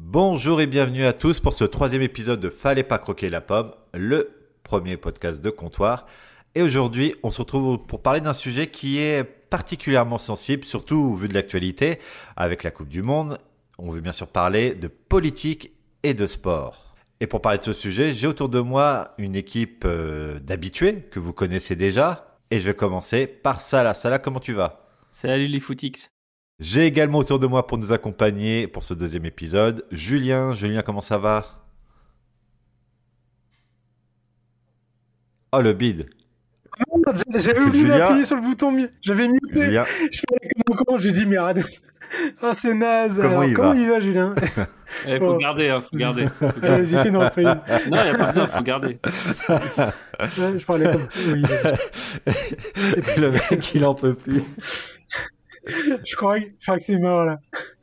Bonjour et bienvenue à tous pour ce troisième épisode de Fallait pas croquer la pomme, le premier podcast de comptoir. Et aujourd'hui, on se retrouve pour parler d'un sujet qui est particulièrement sensible, surtout au vu de l'actualité, avec la Coupe du Monde. On veut bien sûr parler de politique et de sport. Et pour parler de ce sujet, j'ai autour de moi une équipe d'habitués que vous connaissez déjà. Et je vais commencer par Salah. Salah, comment tu vas ? Salut les footix. J'ai également autour de moi pour nous accompagner pour ce deuxième épisode, Julien. Julien, comment ça va ? Oh, le bide. J'avais oublié Julien. d'appuyer sur le bouton. J'avais muté. Julien, Je fais comment j'ai dit, mais arrête. Ah, c'est naze. Comment il comment va il va, Julien? Faut Oh. garder, faut garder. Allez, vas-y, fais une reprise. Non, y a pas besoin, faut garder. Ouais, je parlais comme. Oui, vas-y. le mec, il en peut plus. Je crois que c'est mort, là.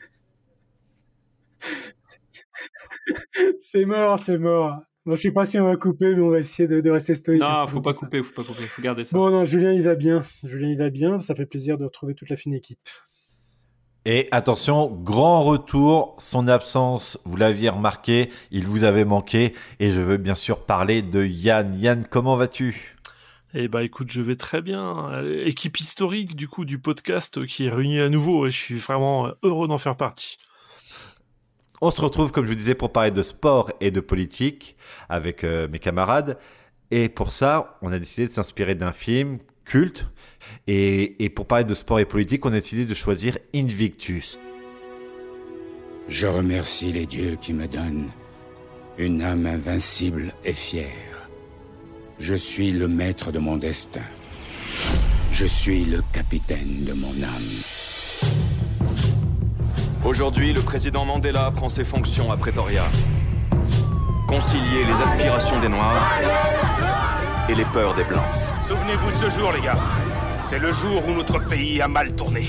C'est mort. Bon, je sais pas si on va couper, mais on va essayer de rester stoïque. Non, faut pas couper, faut garder ça. Bon, non, Julien, il va bien. Ça fait plaisir de retrouver toute la fine équipe. Et attention, grand retour, son absence, vous l'aviez remarqué, il vous avait manqué. Et je veux bien sûr parler de Yann. Yann, comment vas-tu ? Eh bah écoute, je vais très bien. Équipe historique du coup du podcast qui est réunie à nouveau et je suis vraiment heureux d'en faire partie. On se retrouve, comme je vous disais, pour parler de sport et de politique avec mes camarades. Et pour ça, on a décidé de s'inspirer d'un film culte. Et pour parler de sport et politique, on a décidé de choisir Invictus. Je remercie les dieux qui me donnent une âme invincible et fière. Je suis le maître de mon destin. Je suis le capitaine de mon âme. Aujourd'hui, le président Mandela prend ses fonctions à Pretoria. Concilier les aspirations des Noirs et les peurs des Blancs. Souvenez-vous de ce jour, les gars. C'est le jour où notre pays a mal tourné.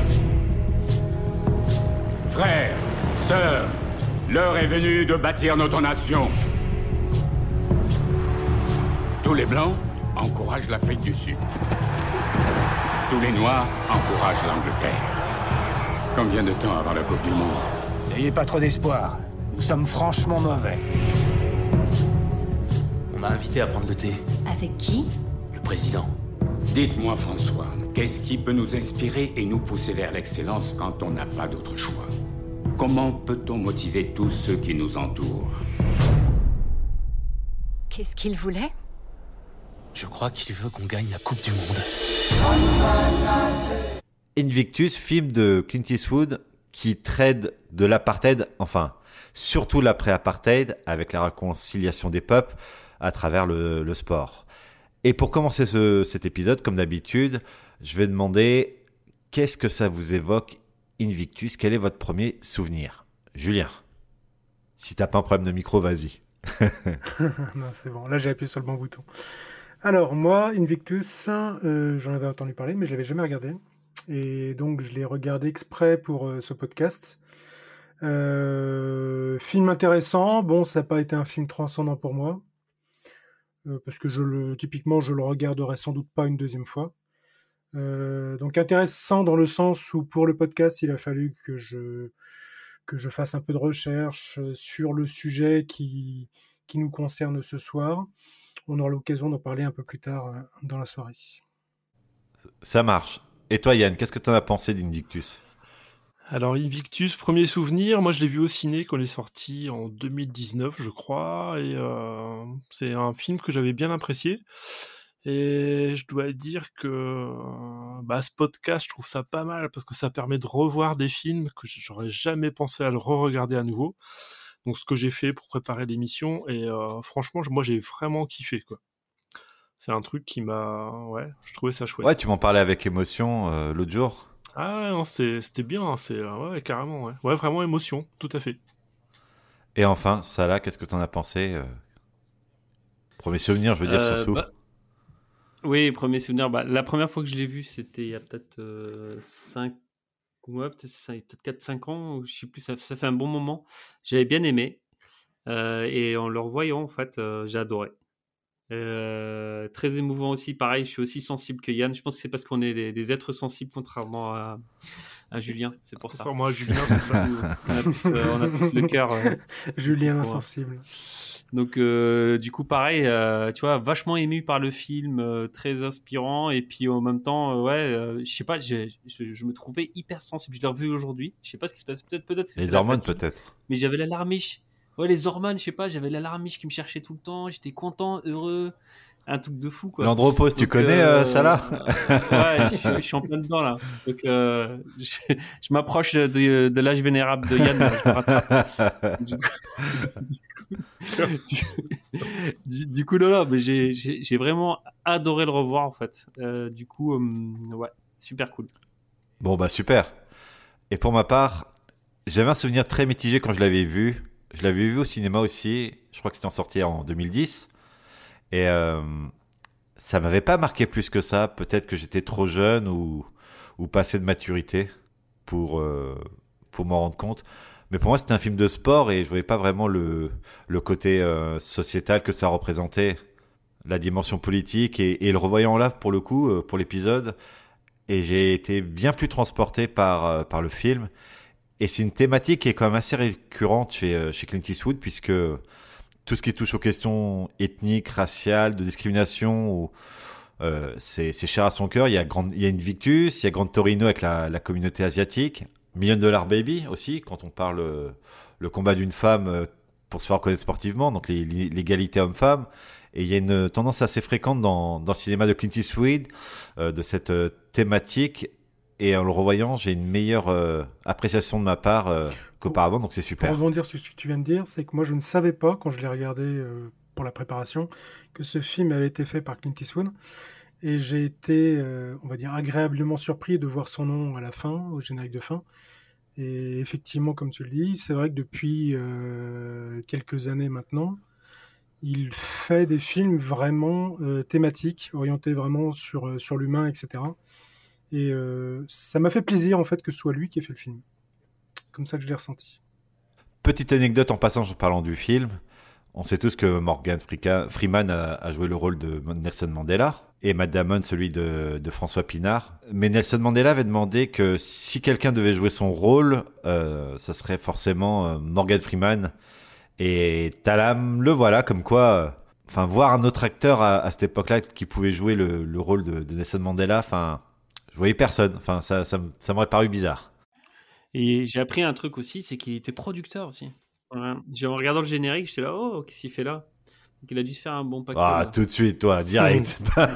Frères, sœurs, l'heure est venue de bâtir notre nation. Tous les Blancs encouragent l'Afrique du Sud. Tous les Noirs encouragent l'Angleterre. Combien de temps avant la Coupe du Monde ? N'ayez pas trop d'espoir. Nous sommes franchement mauvais. On m'a invité à prendre le thé. Avec qui ? Le président. Dites-moi, François, qu'est-ce qui peut nous inspirer et nous pousser vers l'excellence quand on n'a pas d'autre choix ? Comment peut-on motiver tous ceux qui nous entourent ? Qu'est-ce qu'il voulait ? Je crois qu'il veut qu'on gagne la Coupe du Monde. Invictus, film de Clint Eastwood qui traite de l'apartheid, enfin, surtout l'après-apartheid, avec la réconciliation des peuples à travers le sport. Et pour commencer cet épisode, comme d'habitude, je vais demander qu'est-ce que ça vous évoque Invictus ? Quel est votre premier souvenir ? Julien, si t'as pas un problème de micro, vas-y. Non, c'est bon. Là, j'ai appuyé sur le bon bouton. Alors, moi, Invictus, j'en avais entendu parler, mais je l'avais jamais regardé. Et donc, je l'ai regardé exprès pour ce podcast. Film intéressant. Bon, ça n'a pas été un film transcendant pour moi. Parce que typiquement, je le regarderai sans doute pas une deuxième fois. Donc, intéressant dans le sens où, pour le podcast, il a fallu que je fasse un peu de recherche sur le sujet qui nous concerne ce soir. On aura l'occasion d'en parler un peu plus tard dans la soirée. Ça marche. Et toi, Yann, qu'est-ce que tu en as pensé d'Invictus ? Alors Invictus, premier souvenir, moi je l'ai vu au ciné quand il est sorti en 2019 je crois, et c'est un film que j'avais bien apprécié. Et je dois dire que ce podcast, je trouve ça pas mal parce que ça permet de revoir des films que j'aurais jamais pensé à le re-regarder à nouveau. Donc ce que j'ai fait pour préparer l'émission, et franchement, moi j'ai vraiment kiffé, quoi. C'est un truc qui je trouvais ça chouette. Ouais, tu m'en parlais avec émotion l'autre jour. Ah non, c'était bien, ouais, carrément, ouais. Ouais, vraiment émotion, tout à fait. Et enfin, Salah, qu'est-ce que tu en as pensé ? Premier souvenir, je veux dire, surtout. Oui, premier souvenir. La première fois que je l'ai vu, c'était il y a peut-être 5 mois, peut-être 4-5 ans, je sais plus, ça fait un bon moment. J'avais bien aimé. Et en le revoyant, en fait, j'ai adoré. Très émouvant aussi. Pareil, je suis aussi sensible que Yann. Je pense que c'est parce qu'on est des êtres sensibles, contrairement à Julien. C'est pour ça. Moi, Julien, c'est ça. On a tous le cœur. Julien insensible. Donc, du coup, pareil, tu vois, vachement ému par le film, très inspirant. Et puis, en même temps, je sais pas, je me trouvais hyper sensible. Je l'ai revu aujourd'hui. Je sais pas ce qui se passe. Peut-être c'était Les la hormones, fatigue, peut-être. mais j'avais la larmiche. Ouais, les hormones, je sais pas, j'avais la larmiche qui me cherchait tout le temps. J'étais content, heureux. Un truc de fou, quoi. L'andropause, tu connais ça là? Ouais, je suis en plein dedans là. Donc je m'approche de l'âge vénérable de Yann. Là, je me rattrape. Du coup, non, mais j'ai vraiment adoré le revoir en fait. Du coup, ouais, super cool. Bon, bah super. Et pour ma part, j'avais un souvenir très mitigé quand je l'avais vu. Je l'avais vu au cinéma aussi. Je crois que c'était en sorti en 2010. Et ça m'avait pas marqué plus que ça. Peut-être que j'étais trop jeune ou pas assez de maturité pour m'en rendre compte. Mais pour moi, c'était un film de sport et je voyais pas vraiment le côté sociétal que ça représentait, la dimension politique. Et le revoyant là, pour le coup, pour l'épisode, et j'ai été bien plus transporté par le film. Et c'est une thématique qui est quand même assez récurrente chez Clint Eastwood, puisque tout ce qui touche aux questions ethniques, raciales, de discrimination, c'est cher à son cœur. Il y a Invictus, il y a Gran Torino avec la communauté asiatique, $1 Million Baby aussi, quand on parle le combat d'une femme pour se faire reconnaître sportivement, donc l'égalité homme-femme. Et il y a une tendance assez fréquente dans le cinéma de Clint Eastwood de cette thématique. Et en le revoyant, j'ai une meilleure appréciation de ma part qu'auparavant, donc c'est super. Pour rebondir sur ce que tu viens de dire, c'est que moi je ne savais pas, quand je l'ai regardé pour la préparation, que ce film avait été fait par Clint Eastwood. Et j'ai été, on va dire, agréablement surpris de voir son nom à la fin, au générique de fin. Et effectivement, comme tu le dis, c'est vrai que depuis quelques années maintenant, il fait des films vraiment thématiques, orientés vraiment sur l'humain, etc. Et ça m'a fait plaisir en fait que ce soit lui qui ait fait le film. Comme ça que je l'ai ressenti. Petite anecdote en passant, en parlant du film. On sait tous que Morgan Freeman a joué le rôle de Nelson Mandela et Matt Damon celui de François Pinard. Mais Nelson Mandela avait demandé que si quelqu'un devait jouer son rôle, ce serait forcément Morgan Freeman. Et Talam, le voilà, comme quoi... Enfin, voir un autre acteur à cette époque-là qui pouvait jouer le rôle de Nelson Mandela, enfin... Je voyais personne. Enfin, ça m'aurait paru bizarre. Et j'ai appris un truc aussi, c'est qu'il était producteur aussi. Voilà. En regardant le générique, j'étais là, oh, qu'est-ce qu'il fait là? Donc il a dû se faire un bon paquet. Ah, tout de suite, toi, direct.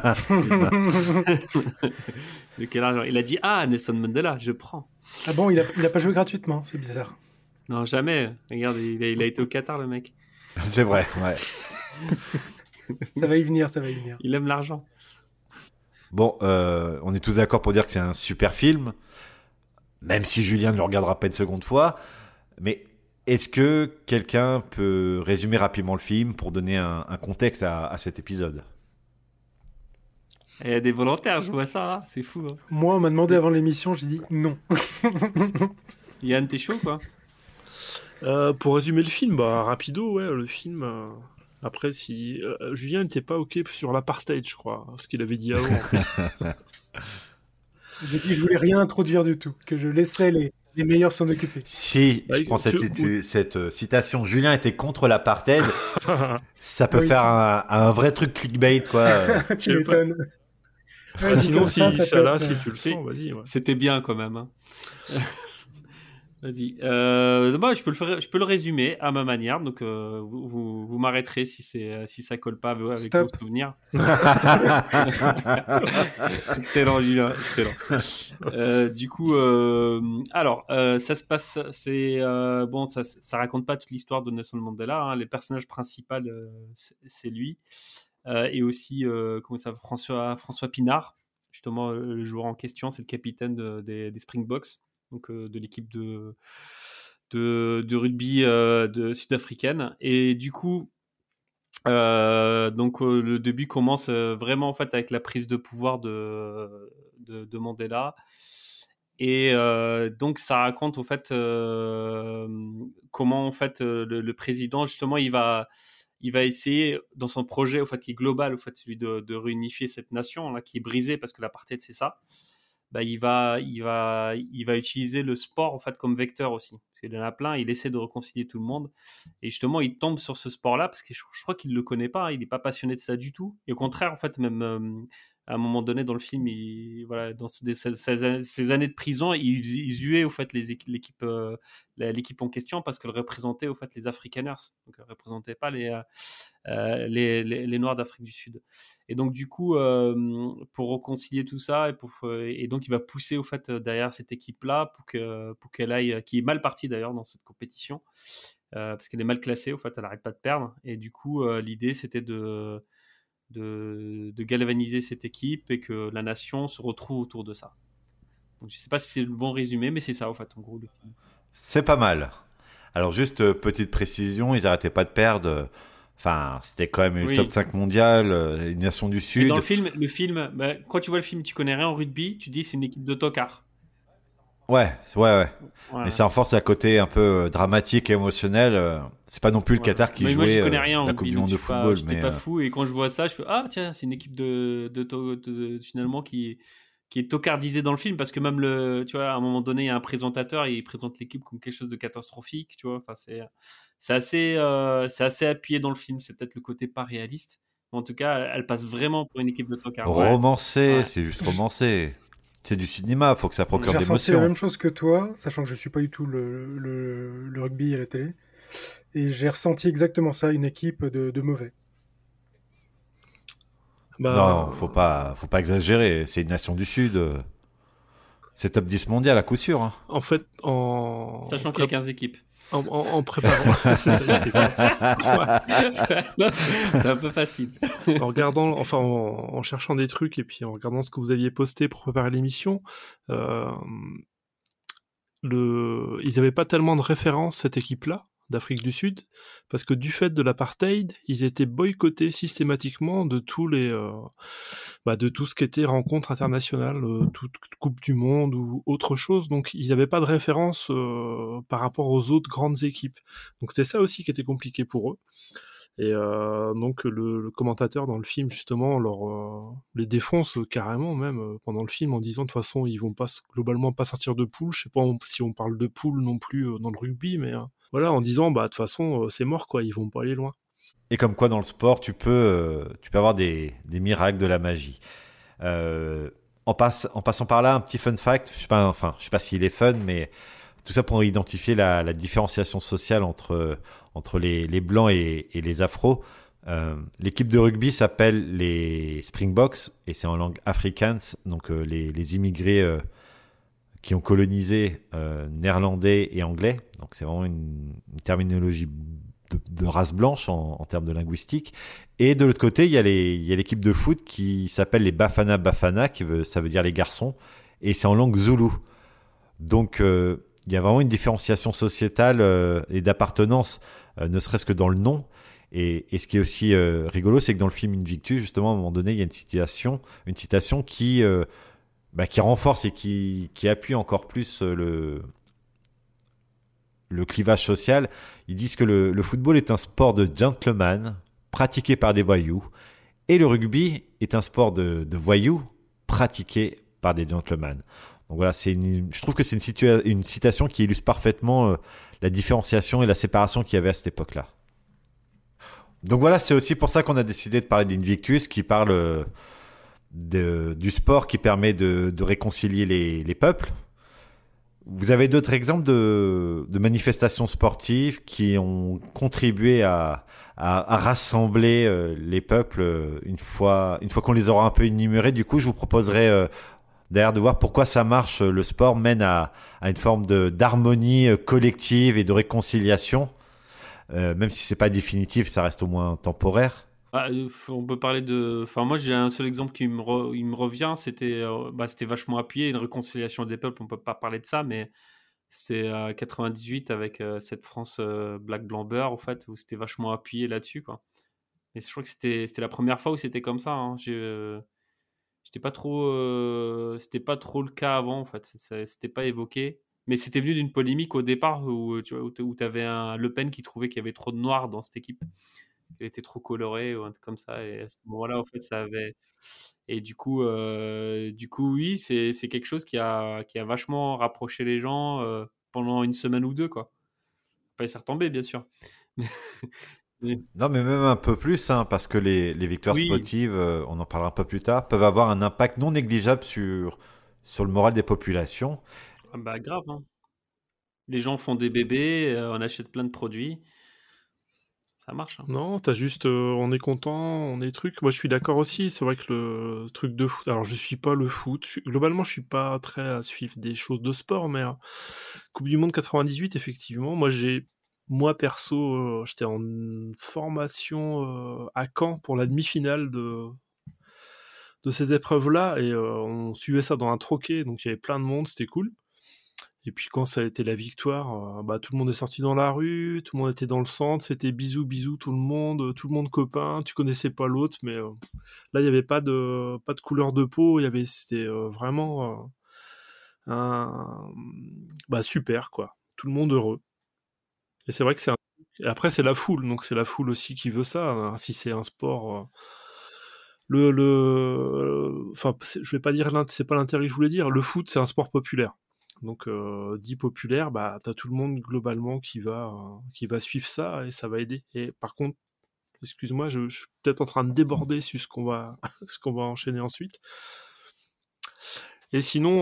De quel argent? Il a dit, ah, Nelson Mandela, je prends. Ah bon, il a pas joué gratuitement, c'est bizarre. Non, jamais. Regarde, il a été au Qatar, le mec. C'est vrai, ouais. Ça va y venir, ça va y venir. Il aime l'argent. Bon, on est tous d'accord pour dire que c'est un super film, même si Julien ne le regardera pas une seconde fois. Mais est-ce que quelqu'un peut résumer rapidement le film pour donner un contexte à cet épisode? Il y a des volontaires, je vois ça, hein. C'est fou. Hein. Moi, on m'a demandé avant l'émission, j'ai dit non. Yann, t'es chaud, quoi? Pour résumer le film, rapido, ouais, le film... Après, si Julien n'était pas OK sur l'apartheid, je crois, ce qu'il avait dit avant. J'ai dit que je voulais rien introduire du tout, que je laissais les meilleurs s'en occuper. Si, je prends cette citation, Julien était contre l'apartheid, ça peut faire un vrai truc clickbait, quoi. Tu m'étonnes. Ouais, sinon, si tu le sais, vas-y. Ouais. C'était bien quand même. Hein. Vas-y. Je peux le résumer à ma manière. Donc, vous m'arrêterez si ça colle pas avec vos souvenirs. Excellent, Julien. Excellent. Du coup, ça se passe. Ça raconte pas toute l'histoire de Nelson Mandela. Hein. Les personnages principaux, c'est lui. Et aussi, François Pinard. Justement, le joueur en question, c'est le capitaine des Springboks. Donc de l'équipe de rugby sud-africaine. Et du coup, le début commence vraiment en fait avec la prise de pouvoir de Mandela. Et donc ça raconte en fait comment en fait le président justement il va il va essayer dans son projet, au fait, qui est global, au fait, celui de réunifier cette nation là, qui est brisée parce que l'apartheid c'est ça. Bah, il va utiliser le sport en fait comme vecteur aussi. Parce qu'il en a plein, il essaie de réconcilier tout le monde. Et justement, il tombe sur ce sport-là parce que je crois qu'il ne le connaît pas, hein, il n'est pas passionné de ça du tout. Et au contraire, en fait, même à un moment donné dans le film, voilà, dans ces années de prison, il huait au fait l'équipe en question parce qu'elle représentait au fait les Afrikaners. Donc elle ne représentait pas les Noirs d'Afrique du Sud. Et donc du coup, pour réconcilier tout ça, et donc il va pousser au fait derrière cette équipe-là pour qu'elle aille, qui est mal partie d'ailleurs dans cette compétition, parce qu'elle est mal classée, au fait, elle n'arrête pas de perdre. Et du coup, l'idée c'était de galvaniser cette équipe et que la nation se retrouve autour de ça. Donc je sais pas si c'est le bon résumé, mais c'est ça, au fait, en gros. C'est pas mal. Alors juste petite précision, ils n'arrêtaient pas de perdre. Enfin, c'était quand même une top 5 mondiale, une nation du Sud. Et dans le film, bah, quand tu vois le film, tu connais rien en rugby, tu dis c'est une équipe de tocards. Ouais. Voilà. Mais ça renforce le côté un peu dramatique et émotionnel. C'est pas non plus le Qatar qui jouait la Coupe du Monde de football. J'étais pas fou, et quand je vois ça, je fais ah tiens, c'est une équipe de finalement qui est tocardisée dans le film, parce que même tu vois, à un moment donné, il y a un présentateur et il présente l'équipe comme quelque chose de catastrophique, tu vois. Enfin, c'est assez appuyé dans le film. C'est peut-être le côté pas réaliste. Mais en tout cas, elle passe vraiment pour une équipe de tocards. Romancé, c'est juste romancé. C'est du cinéma, faut que ça procure d'émotion. J'ai ressenti la même chose que toi, sachant que je suis pas du tout le rugby à la télé. Et j'ai ressenti exactement ça, une équipe de mauvais. Non, faut pas exagérer. C'est une nation du Sud. C'est top 10 mondial à coup sûr. Hein. En fait, sachant qu'il y a 15 équipes. En préparant. C'est un peu facile. En regardant, enfin, en cherchant des trucs et puis en regardant ce que vous aviez posté pour préparer l'émission, ils n'avaient pas tellement de références, cette équipe-là, d'Afrique du Sud, parce que du fait de l'apartheid, ils étaient boycottés systématiquement de tous de tout ce qui était rencontre internationale, toute Coupe du Monde ou autre chose. Donc ils n'avaient pas de référence par rapport aux autres grandes équipes. Donc c'était ça aussi qui était compliqué pour eux. Et donc le commentateur dans le film justement les défonce carrément même pendant le film en disant de toute façon ils vont globalement pas sortir de poule. Je sais pas si on parle de poule non plus dans le rugby, mais voilà, en disant de toute façon c'est mort quoi, ils vont pas aller loin. Et comme quoi dans le sport tu peux avoir des miracles, de la magie. En passant par là, un petit fun fact, je sais pas s'il est fun, mais tout ça pour identifier la différenciation sociale entre les blancs et les afros. L'équipe de rugby s'appelle les Springboks et c'est en langue afrikaans, donc les immigrés qui ont colonisé néerlandais et anglais. Donc c'est vraiment une terminologie de race blanche en termes de linguistique. Et de l'autre côté, il y a l'équipe de foot qui s'appelle les Bafana Bafana, ça veut dire les garçons, et c'est en langue zoulou. Donc il y a vraiment une différenciation sociétale et d'appartenance, ne serait-ce que dans le nom. Et ce qui est aussi rigolo, c'est que dans le film Invictus, justement, à un moment donné, il y a une citation qui renforce et qui appuie encore plus le clivage social. Ils disent que le football est un sport de gentleman pratiqué par des voyous et le rugby est un sport de voyous pratiqué par des gentlemen. Donc voilà, je trouve que c'est une citation qui illustre parfaitement la différenciation et la séparation qu'il y avait à cette époque-là. Donc voilà, c'est aussi pour ça qu'on a décidé de parler d'Invictus, qui parle du sport qui permet de réconcilier les peuples. Vous avez d'autres exemples de manifestations sportives qui ont contribué à rassembler les peuples une fois qu'on les aura un peu énumérés. Du coup, je vous proposerai d'ailleurs de voir pourquoi ça marche. Le sport mène à une forme d'harmonie collective et de réconciliation. Même si c'est pas définitif, ça reste au moins temporaire. On peut parler moi, j'ai un seul exemple qui me revient. C'était vachement appuyé, une réconciliation des peuples. On peut pas parler de ça, mais c'était 98 avec cette France Black Blanc Beurre, en fait, où c'était vachement appuyé là-dessus, quoi. Et je crois que c'était la première fois où c'était comme ça. Hein. C'était pas trop le cas avant, en fait. C'était pas évoqué. Mais c'était venu d'une polémique au départ où tu avais un Le Pen qui trouvait qu'il y avait trop de noirs dans cette équipe. Elle était trop colorée ou un truc comme ça. Et à ce moment-là, en fait, ça avait. Et du coup, oui, c'est quelque chose qui a vachement rapproché les gens pendant une semaine ou deux, quoi. Pas s'est retombé, bien sûr. Mais- Non, mais même un peu plus, hein, parce que les victoires Oui, sportives, on en parlera un peu plus tard, peuvent avoir un impact non négligeable sur le moral des populations. ah bah grave, hein. Les gens font des bébés, on achète plein de produits, ça marche, hein. Non, t'as juste, on est content, on est truc. Moi, je suis d'accord aussi. C'est vrai que le truc de foot. Alors, je suis pas le foot. Globalement, je suis pas très à suivre des choses de sport, mais Coupe du Monde 98, effectivement. Moi perso, j'étais en formation à Caen pour la demi-finale de cette épreuve-là, et on suivait ça dans un troquet, donc il y avait plein de monde, c'était cool. Et puis quand ça a été la victoire, bah, tout le monde est sorti dans la rue, tout le monde était dans le centre, c'était bisous, bisous, tout le monde copain, tu connaissais pas l'autre, mais là il n'y avait pas de couleur de peau, c'était vraiment bah, super quoi, tout le monde heureux. Et c'est vrai que et après c'est la foule, donc c'est la foule aussi qui veut ça, hein. Si c'est un sport, enfin je vais pas dire c'est pas l'intérêt que je voulais dire, le foot c'est un sport populaire. Donc, dit populaire, bah, t'as tout le monde globalement qui va suivre ça et ça va aider. Et par contre, excuse-moi, je suis peut-être en train de déborder sur ce qu'on va, ce qu'on va enchaîner ensuite. Et sinon,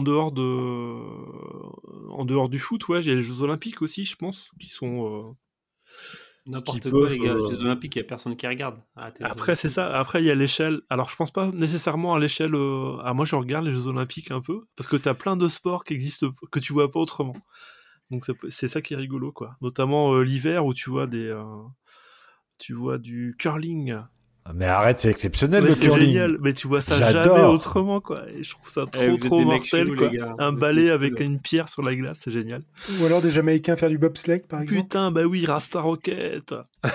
en dehors du foot, ouais, j'ai les Jeux Olympiques aussi, je pense, qui N'importe quoi, peuvent. les gars. Jeux Olympiques, il n'y a personne qui regarde à la télé. Après, c'est ça. Après, il y a l'échelle. Alors, je pense pas nécessairement à l'échelle. moi, je regarde les Jeux Olympiques un peu parce que t'as plein de sports qui existent que tu vois pas autrement. Donc c'est ça qui est rigolo, quoi. Notamment l'hiver où tu vois tu vois du curling. Mais arrête, c'est exceptionnel Mais le c'est curling. génial, mais tu vois ça J'adore. jamais autrement, quoi. Et je trouve ça vous êtes trop des mecs mortel, chelous, quoi. les gars. Un Vous êtes balai des avec chelous. une pierre sur la glace, c'est génial. Ou alors des Jamaïcains faire du bobsleigh, par exemple. Putain, bah oui, Rasta Rocket.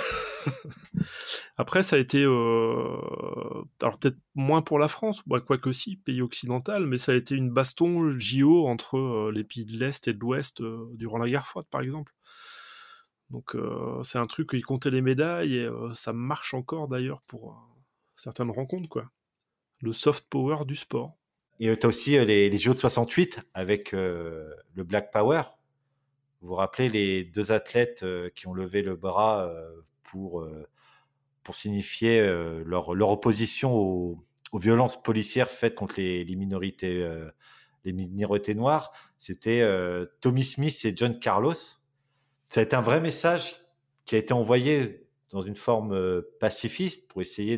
Après, ça a été, alors peut-être moins pour la France, bah, quoique si, pays occidental, mais ça a été une baston JO entre les pays de l'Est et de l'Ouest durant la guerre froide, par exemple. Donc c'est un truc où ils comptaient les médailles et ça marche encore d'ailleurs pour certaines rencontres, quoi. Le soft power du sport. Et tu as aussi les JO de 68 avec le Black Power. Vous vous rappelez les deux athlètes qui ont levé le bras pour signifier leur opposition aux violences policières faites contre les minorités noires. C'était Tommy Smith et John Carlos. Ça a été un vrai message qui a été envoyé dans une forme pacifiste pour essayer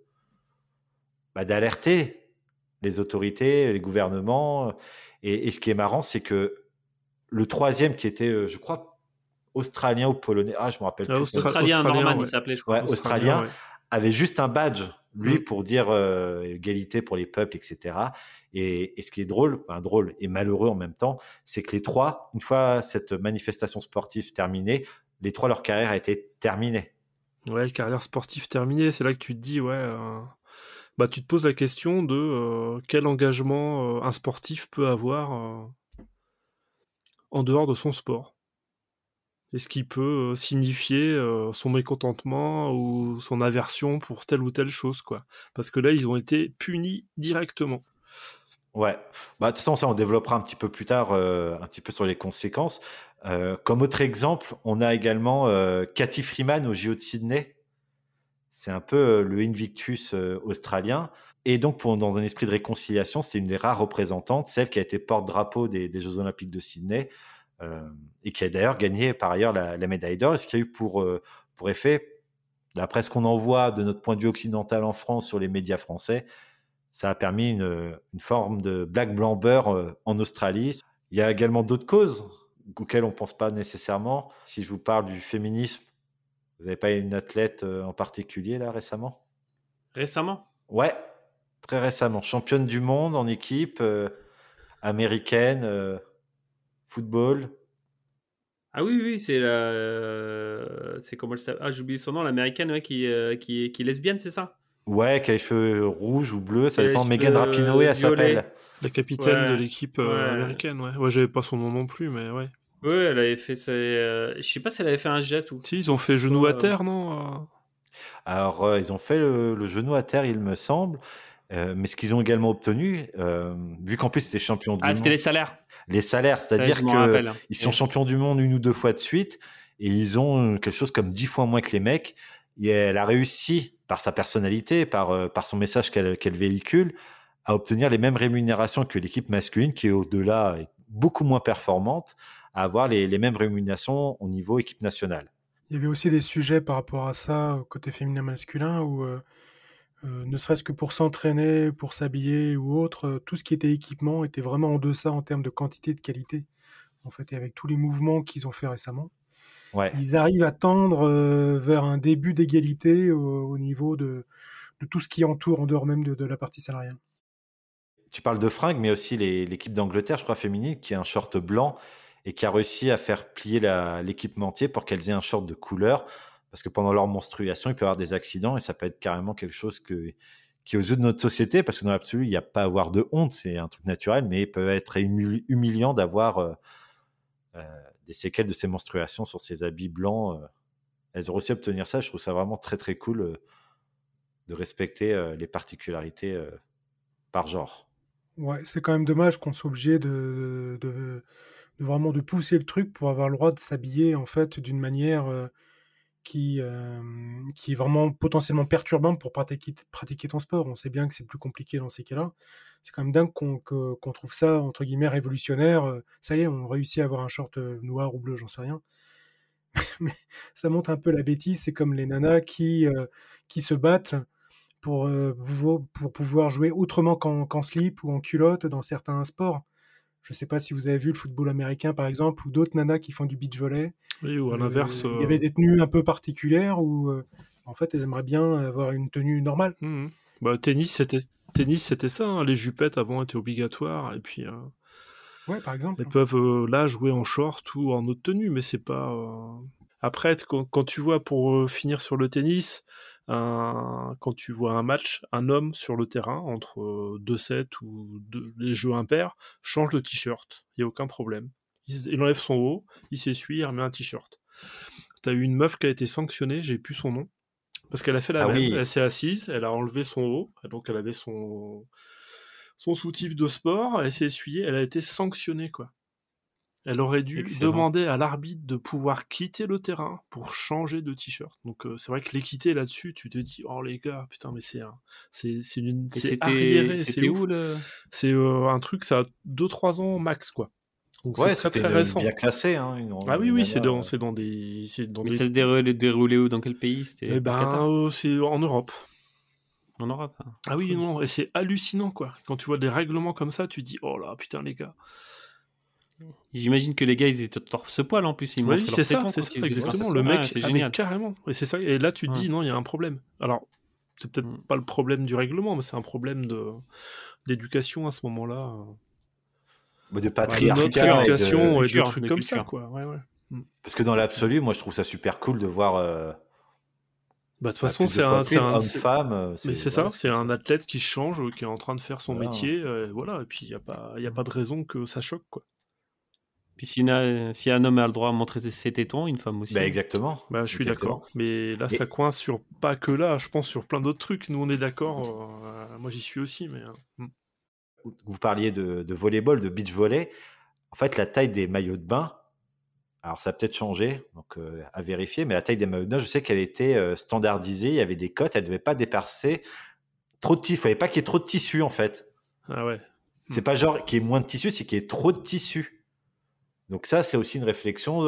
d'alerter les autorités, les gouvernements. Et ce qui est marrant, c'est que le troisième qui était, je crois, australien ou polonais, je me rappelle plus. Australien, Norman, il s'appelait, je crois. Ouais, australien, ouais. avait juste un badge, lui, pour dire égalité pour les peuples, etc. Et ce qui est drôle et malheureux en même temps, c'est que les trois, une fois cette manifestation sportive terminée, les trois, leur carrière a été terminée. Ouais, carrière sportive terminée, c'est là que tu te dis, ouais, bah tu te poses la question de quel engagement un sportif peut avoir en dehors de son sport. Est-ce qu'il peut signifier son mécontentement ou son aversion pour telle ou telle chose, quoi. Parce que là, ils ont été punis directement. Ouais, de toute façon, ça, on développera un petit peu plus tard, un petit peu sur les conséquences. Comme autre exemple, on a également Cathy Freeman au JO de Sydney. C'est un peu le Invictus australien. Et donc, dans un esprit de réconciliation, c'était une des rares représentantes, celle qui a été porte-drapeau des Jeux Olympiques de Sydney, et qui a d'ailleurs gagné par ailleurs la médaille d'or, ce qui a eu pour effet, d'après ce qu'on en voit de notre point de vue occidental en France sur les médias français, ça a permis une forme de black blanc beurre en Australie. Il y a également d'autres causes auxquelles on ne pense pas nécessairement. Si je vous parle du féminisme, vous n'avez pas une athlète en particulier là récemment ? Récemment ? Ouais, très récemment. Championne du monde en équipe, américaine, football. Ah oui, c'est c'est comment elle s'appelle ? J'ai oublié son nom, l'américaine, ouais, qui est lesbienne, c'est ça ? Ouais, qui a les cheveux rouges ou bleus, ça dépend. Megan cheveux Rapinoe, elle violets. s'appelle. La capitaine Ouais, de l'équipe ouais. américaine, ouais. Ouais, j'avais pas son nom non plus, mais ouais. Ouais, elle avait fait je sais pas si elle avait fait un geste ou. Si, ils ont fait genou à terre, non Alors, ils ont fait le genou à terre, il me semble. Mais ce qu'ils ont également obtenu, vu qu'en plus c'était champion du Ah, c'était monde, les salaires. les salaires, Ça, c'est-à-dire je m'en rappelle. qu'ils sont champions du monde 1 ou 2 fois de suite et ils ont quelque chose comme 10 fois moins que les mecs. Et elle a réussi, par sa personnalité, par son message qu'elle véhicule, à obtenir les mêmes rémunérations que l'équipe masculine, qui est au-delà, est beaucoup moins performante, à avoir les mêmes rémunérations au niveau équipe nationale. Il y avait aussi des sujets par rapport à ça, côté féminin-masculin, où ne serait-ce que pour s'entraîner, pour s'habiller ou autre, tout ce qui était équipement était vraiment en deçà en termes de quantité et de qualité. En fait, et avec tous les mouvements qu'ils ont fait récemment, Ouais. ils arrivent à tendre vers un début d'égalité au niveau de tout ce qui entoure en dehors même de la partie salariale. Tu parles de fringues, mais aussi l'équipe d'Angleterre, je crois, féminine, qui a un short blanc et qui a réussi à faire plier l'équipementier pour qu'elles aient un short de couleur. Parce que pendant leur menstruation, il peut y avoir des accidents et ça peut être carrément quelque chose qui est aux yeux de notre société, parce que dans l'absolu, il n'y a pas à avoir de honte, c'est un truc naturel, mais il peut être humiliant d'avoir des séquelles de ces menstruations sur ces habits blancs. Elles ont réussi à obtenir ça. Je trouve ça vraiment très, très cool de respecter les particularités par genre. Ouais, c'est quand même dommage qu'on soit obligé de vraiment de pousser le truc pour avoir le droit de s'habiller en fait d'une manière qui est vraiment potentiellement perturbante pour pratiquer ton sport. On sait bien que c'est plus compliqué dans ces cas-là. C'est quand même dingue qu'on trouve ça entre guillemets révolutionnaire. Ça y est, on réussit à avoir un short noir ou bleu, j'en sais rien. Mais ça montre un peu la bêtise. C'est comme les nanas qui se battent pour pouvoir jouer autrement qu'en slip ou en culotte dans certains sports. Je ne sais pas si vous avez vu le football américain, par exemple, ou d'autres nanas qui font du beach volley. Oui, ou à l'inverse. Il y avait des tenues un peu particulières où, en fait, elles aimeraient bien avoir une tenue normale. Bah, tennis, c'était ça. Hein. Les jupettes avant étaient obligatoires. Et puis, ouais, par exemple. elles peuvent là jouer en short ou en autre tenue, mais c'est pas. Après, quand tu vois, pour finir sur le tennis, quand tu vois un match, un homme sur le terrain entre 2 sets ou les jeux impairs, change de t-shirt, il n'y a aucun problème. Il enlève son haut, il s'essuie, il remet un t-shirt. T'as eu une meuf qui a été sanctionnée, j'ai plus son nom, parce qu'elle a fait la même, oui. Elle s'est assise, elle a enlevé son haut, donc elle avait son soutif de sport, elle s'est essuyée, elle a été sanctionnée, quoi. Elle aurait dû demander à l'arbitre de pouvoir quitter le terrain pour changer de t-shirt. Donc c'est vrai que l'équité là-dessus, tu te dis, oh les gars, putain, mais c'est arriéré, c'était où c'est un truc, ça a 2-3 ans max, quoi. Donc ouais, c'est très récent. Bien classé. Hein, oui, c'est dans des. Mais ça se déroulait où, dans quel pays? C'était c'est en Europe. En Europe. Ah oui, non, et c'est hallucinant, quoi. Quand tu vois des règlements comme ça, tu te dis, oh là, putain, les gars. J'imagine que les gars, ils étaient torse-poil en plus. Oui, c'est ça, exactement. Le mec, c'est génial. Carrément. Et c'est ça. Et là, tu te dis, non, il y a un problème. Alors, c'est peut-être pas le problème du règlement, mais c'est un problème d'éducation à ce moment-là. De patriarcat. Et de trucs comme ça, quoi. Ouais. Parce que dans l'absolu, moi, je trouve ça super cool de voir. De toute façon, c'est un homme-femme. Mais c'est ça, c'est un athlète qui change, qui est en train de faire son métier. Voilà. Et puis, il n'y a pas de raison que ça choque, quoi. Puis si un homme a le droit à montrer ses tétons, une femme aussi. Exactement. Je suis d'accord. Mais là, ça coince sur pas que là, je pense sur plein d'autres trucs. Nous, on est d'accord. Moi, j'y suis aussi. Mais vous parliez de volleyball, de beach volley. En fait, la taille des maillots de bain, alors ça a peut-être changé, donc à vérifier, mais la taille des maillots de bain, je sais qu'elle était standardisée. Il y avait des cotes, elle ne devait pas dépasser trop de tissu. Il ne fallait pas qu'il y ait trop de tissu, en fait. Ah ouais. C'est pas genre qu'il y ait moins de tissu, c'est qu'il y ait trop de tissu. Donc ça, c'est aussi une réflexion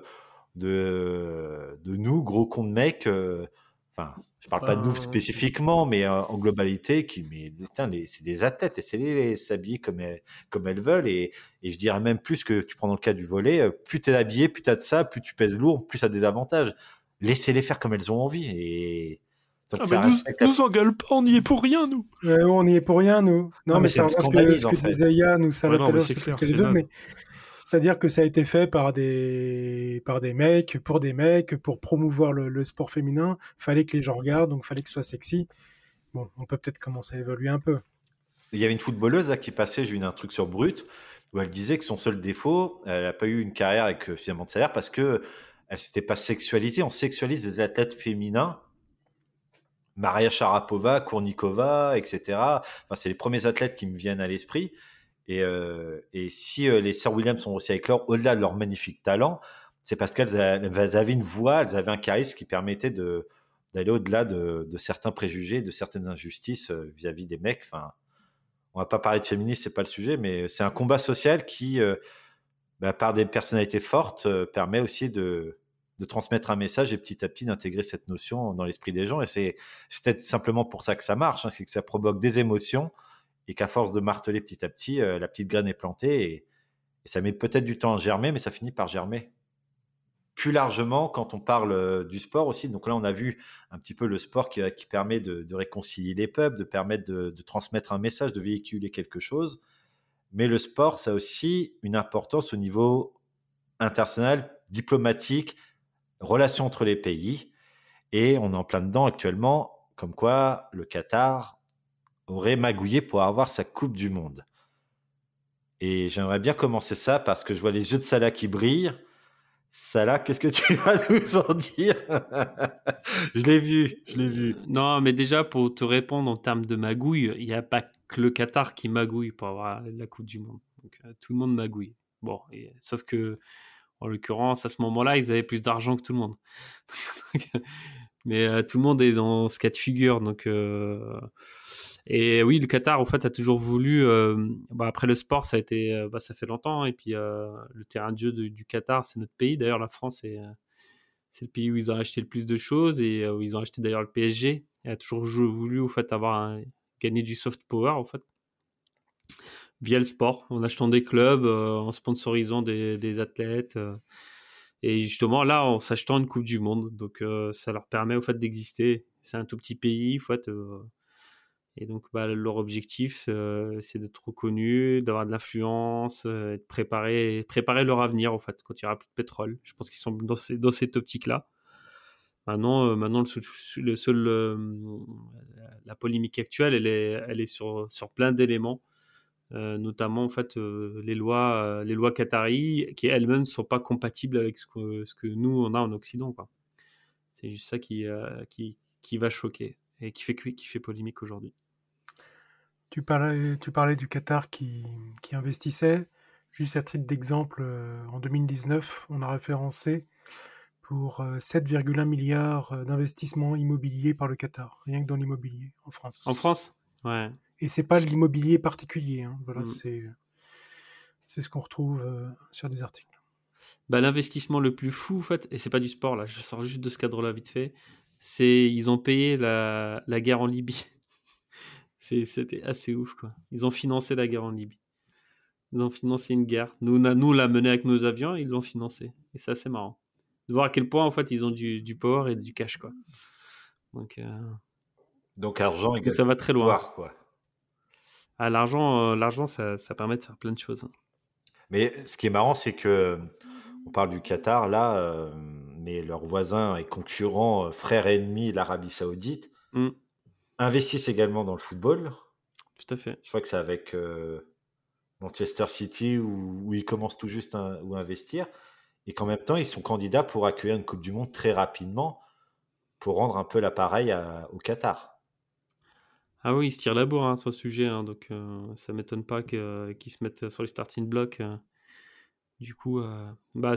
de nous, gros cons de mecs. Enfin, je parle pas de nous spécifiquement, mais en globalité, c'est des athlètes, laissez-les s'habiller comme elles veulent. Et je dirais même plus que tu prends dans le cas du volley, plus tu es habillé, plus tu as de ça, plus tu pèses lourd, plus ça a des avantages. Laissez-les faire comme elles ont envie. Et nous engueule pas, on y est pour rien, nous. On y est pour rien, nous. Non, mais c'est ce que disait Yann ou ça tout à l'heure, c'est les deux, mais c'est-à-dire que ça a été fait par des mecs, pour promouvoir le sport féminin. Fallait que les gens regardent, donc fallait que ce soit sexy. Bon, on peut peut-être commencer à évoluer un peu. Il y avait une footballeuse là, qui passait, j'ai eu un truc sur Brut, où elle disait que son seul défaut, elle n'a pas eu une carrière avec suffisamment de salaire parce que elle s'était pas sexualisée. On sexualise des athlètes féminins Maria Sharapova, Kournikova, etc. Enfin, c'est les premiers athlètes qui me viennent à l'esprit. Et si les sœurs Williams sont aussi avec l'or, au-delà de leur magnifique talent, c'est parce qu'elles avaient une voix, elles avaient un charisme qui permettait d'aller au-delà de certains préjugés, de certaines injustices vis-à-vis des mecs. Enfin, on va pas parler de féminisme, c'est pas le sujet, mais c'est un combat social qui, par des personnalités fortes, permet aussi de transmettre un message et petit à petit d'intégrer cette notion dans l'esprit des gens. Et c'est peut-être simplement pour ça que ça marche, c'est que ça provoque des émotions et qu'à force de marteler petit à petit, la petite graine est plantée et ça met peut-être du temps à germer, mais ça finit par germer. Plus largement, quand on parle du sport aussi, donc là on a vu un petit peu le sport qui permet de réconcilier les peuples, de permettre de transmettre un message, de véhiculer quelque chose. Mais le sport, ça a aussi une importance au niveau international, diplomatique, relations entre les pays. Et on est en plein dedans actuellement, comme quoi le Qatar aurait magouillé pour avoir sa Coupe du Monde. Et j'aimerais bien commencer ça parce que je vois les yeux de Salah qui brillent. Salah, qu'est-ce que tu vas nous en dire? Je l'ai vu. Non, mais déjà, pour te répondre en termes de magouille, il n'y a pas que le Qatar qui magouille pour avoir la Coupe du Monde. Donc, tout le monde magouille. Bon, sauf que, en l'occurrence, à ce moment-là, ils avaient plus d'argent que tout le monde. Mais tout le monde est dans ce cas de figure. Donc, et oui, le Qatar, en fait, a toujours voulu. Après le sport, ça a été, ça fait longtemps. Et puis, le terrain de jeu du Qatar, c'est notre pays. D'ailleurs, la France c'est le pays où ils ont acheté le plus de choses et où ils ont acheté d'ailleurs le PSG. Il a toujours voulu, en fait, gagner du soft power, en fait, via le sport, en achetant des clubs, en sponsorisant des athlètes. Et justement, là, en s'achetant une Coupe du Monde. Donc, ça leur permet, au fait, d'exister. C'est un tout petit pays, en fait. Et donc, leur objectif, c'est d'être reconnu, d'avoir de l'influence, et de préparer leur avenir, en fait, quand il n'y aura plus de pétrole. Je pense qu'ils sont dans cette optique-là. Maintenant, la polémique actuelle, elle est sur plein d'éléments, notamment, en fait, les lois qataries, qui elles-mêmes ne sont pas compatibles avec ce que nous, on a en Occident, quoi. C'est juste ça qui va choquer et qui fait polémique aujourd'hui. Tu parlais du Qatar qui investissait. Juste à titre d'exemple, en 2019, on a référencé pour 7,1 milliards d'investissements immobiliers par le Qatar, rien que dans l'immobilier en France. En France ? Ouais. Et c'est pas l'immobilier particulier. Voilà, c'est ce qu'on retrouve sur des articles. L'investissement le plus fou, en fait, et c'est pas du sport, là, je sors juste de ce cadre-là vite fait, c'est ils ont payé la guerre en Libye. C'était assez ouf, quoi. Ils ont financé la guerre en Libye. Ils ont financé une guerre. Nous l'a menée avec nos avions, ils l'ont financé. Et c'est assez marrant. De voir à quel point, en fait, ils ont du power et du cash, quoi. Donc argent égale ça va très loin. Pouvoir, quoi. Ah, l'argent, ça permet de faire plein de choses. Mais ce qui est marrant, c'est que on parle du Qatar, là, mais leurs voisins et concurrents, frères et ennemis, l'Arabie Saoudite, investissent également dans le football. Tout à fait. Je crois que c'est avec Manchester City où ils commencent tout juste à investir. Et qu'en même temps, ils sont candidats pour accueillir une Coupe du Monde très rapidement pour rendre un peu l'appareil au Qatar. Ah oui, ils se tirent la bourre sur ce sujet. Donc, ça ne m'étonne pas qu'ils se mettent sur les starting blocks. Du coup, ça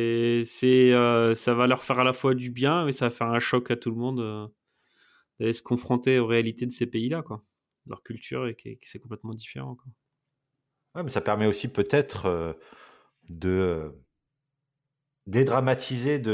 va leur faire à la fois du bien, mais ça va faire un choc à tout le monde d'aller se confronter aux réalités de ces pays-là, quoi. Leur culture et que c'est complètement différent, quoi. Ouais, mais ça permet aussi peut-être de dédramatiser.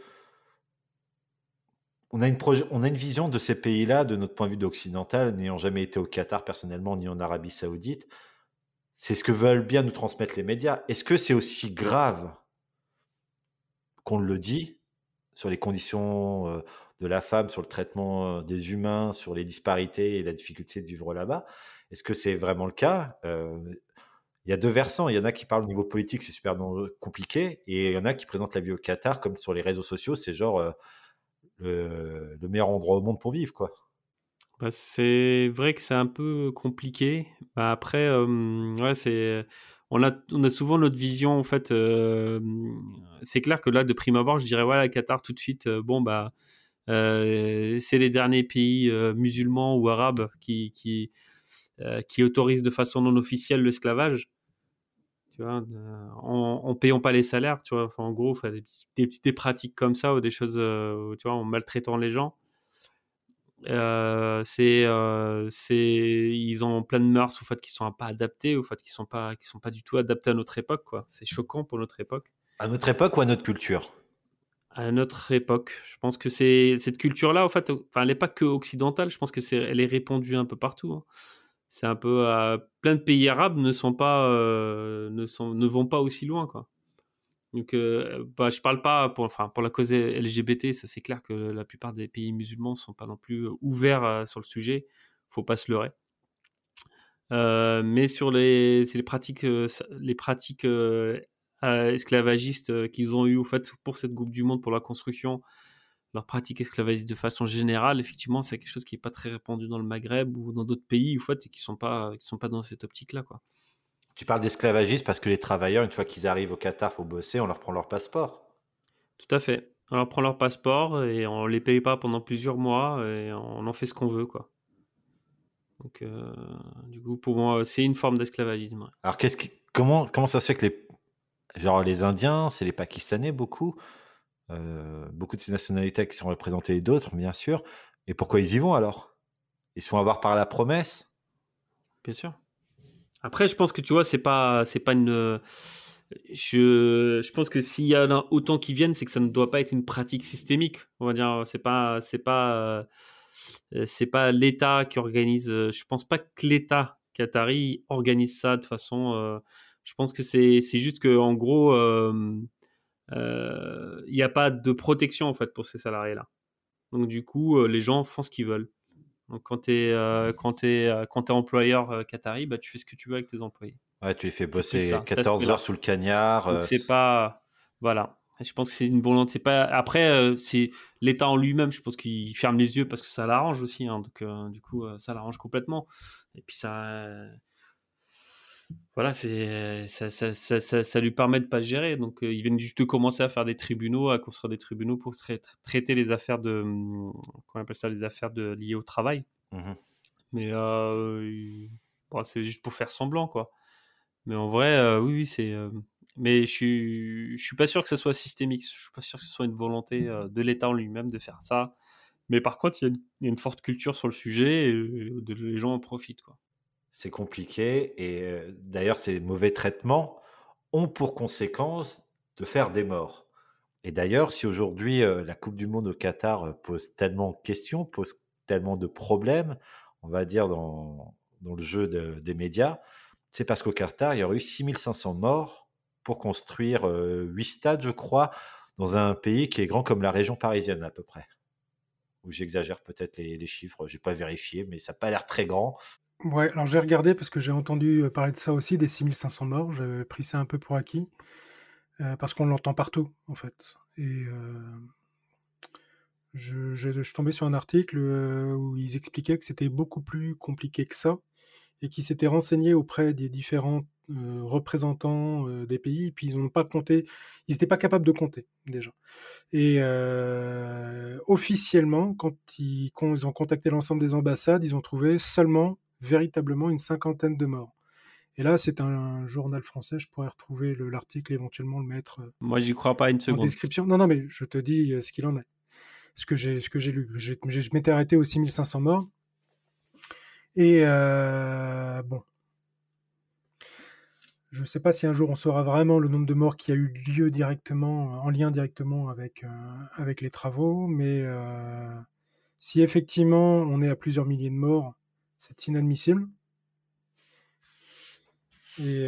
On a une vision de ces pays-là, de notre point de vue d'occidental, n'ayant jamais été au Qatar personnellement, ni en Arabie Saoudite. C'est ce que veulent bien nous transmettre les médias. Est-ce que c'est aussi grave qu'on le dit sur les conditions de la femme, sur le traitement des humains, sur les disparités et la difficulté de vivre là-bas? Est-ce que c'est vraiment le cas? Il y a deux versants. Il y en a qui parlent au niveau politique, c'est super compliqué. Et il y en a qui présentent la vie au Qatar comme sur les réseaux sociaux. C'est genre le meilleur endroit au monde pour vivre, quoi. C'est vrai que c'est un peu compliqué. Après, ouais, on a souvent notre vision, en fait. C'est clair que là, de prime abord, je dirais, voilà, Qatar, tout de suite, C'est les derniers pays musulmans ou arabes qui autorisent de façon non officielle l'esclavage. Tu vois, en payant pas les salaires, tu vois. Enfin, en gros, des pratiques comme ça ou des choses, tu vois, en maltraitant les gens. Ils ont plein de mœurs au fait qu'ils sont pas adaptés, au fait qu'ils sont pas du tout adaptés à notre époque, quoi. C'est choquant pour notre époque. À notre époque ou à notre culture? À notre époque, je pense que c'est cette culture-là, en fait, enfin, elle n'est pas que occidentale. Je pense que elle est répandue un peu partout. Hein. C'est un peu plein de pays arabes ne vont pas aussi loin, quoi. Donc, je parle pas pour la cause LGBT, ça c'est clair que la plupart des pays musulmans sont pas non plus ouverts sur le sujet. Faut pas se leurrer. Mais sur les pratiques esclavagistes qu'ils ont eu au fait pour cette Coupe du Monde, pour la construction, leurs pratiques esclavagistes de façon générale, effectivement, c'est quelque chose qui est pas très répandu dans le Maghreb ou dans d'autres pays, au fait, qui sont pas dans cette optique-là, quoi. Tu parles d'esclavagisme parce que les travailleurs, une fois qu'ils arrivent au Qatar pour bosser, on leur prend leur passeport. Tout à fait. On leur prend leur passeport et on les paye pas pendant plusieurs mois et on en fait ce qu'on veut, quoi. Donc, du coup, pour moi, c'est une forme d'esclavagisme. Ouais. Alors, comment ça se fait que les Indiens, c'est les Pakistanais, beaucoup de ces nationalités qui sont représentées et d'autres, bien sûr. Et pourquoi ils y vont alors? Ils se font avoir par la promesse? Bien sûr. Après, je pense que tu vois, c'est pas une. Je pense que s'il y en a autant qui viennent, c'est que ça ne doit pas être une pratique systémique. On va dire, c'est pas l'État qui organise. Je pense pas que l'État qatari organise ça de façon. Je pense que c'est juste que en gros, il n'y a pas de protection en fait pour ces salariés-là. Donc du coup, les gens font ce qu'ils veulent. Donc quand t'es employeur qatari, bah tu fais ce que tu veux avec tes employés. Ouais, tu les fais bosser 14 heures sous le cagnard. Donc c'est pas voilà. Je pense que c'est une volonté. C'est pas après c'est l'État en lui-même. Je pense qu'il ferme les yeux parce que ça l'arrange aussi. Hein. Donc du coup ça l'arrange complètement. Et puis ça voilà, ça lui permet de pas le gérer. Donc ils viennent juste de commencer à faire des tribunaux, à construire des tribunaux pour traiter les affaires comment on appelle ça, les affaires liées au travail. Mmh. Mais c'est juste pour faire semblant, quoi. Mais en vrai, oui, c'est. Mais je suis pas sûr que ça soit systémique. Je suis pas sûr que ce soit une volonté de l'État en lui-même de faire ça. Mais par contre, il y a une forte culture sur le sujet et les gens en profitent, quoi. C'est compliqué et d'ailleurs, ces mauvais traitements ont pour conséquence de faire des morts. Et d'ailleurs, si aujourd'hui la Coupe du Monde au Qatar pose tellement de questions, pose tellement de problèmes, on va dire dans le jeu des médias, c'est parce qu'au Qatar, il y aurait eu 6500 morts pour construire 8 stades, je crois, dans un pays qui est grand comme la région parisienne à peu près. Ou j'exagère peut-être les chiffres, j'ai pas vérifié, mais ça n'a pas l'air très grand. Ouais, alors j'ai regardé parce que j'ai entendu parler de ça aussi, des 6500 morts. J'avais pris ça un peu pour acquis. Parce qu'on l'entend partout, en fait. Et je tombais sur un article où ils expliquaient que c'était beaucoup plus compliqué que ça et qu'ils s'étaient renseignés auprès des différents représentants des pays, et puis ils n'étaient pas capables de compter déjà. Et officiellement, quand ils ont contacté l'ensemble des ambassades, ils ont trouvé seulement, véritablement, une 50aine de morts. Et là, c'est un journal français, je pourrais retrouver l'article, éventuellement le mettre Moi, j'y crois pas une seconde. en description. Non, mais je te dis ce qu'il en est. Ce que j'ai lu. Je m'étais arrêté aux 6500 morts. Et bon. Je ne sais pas si un jour on saura vraiment le nombre de morts qui a eu lieu directement, en lien directement avec les travaux, mais si effectivement on est à plusieurs milliers de morts, c'est inadmissible. Et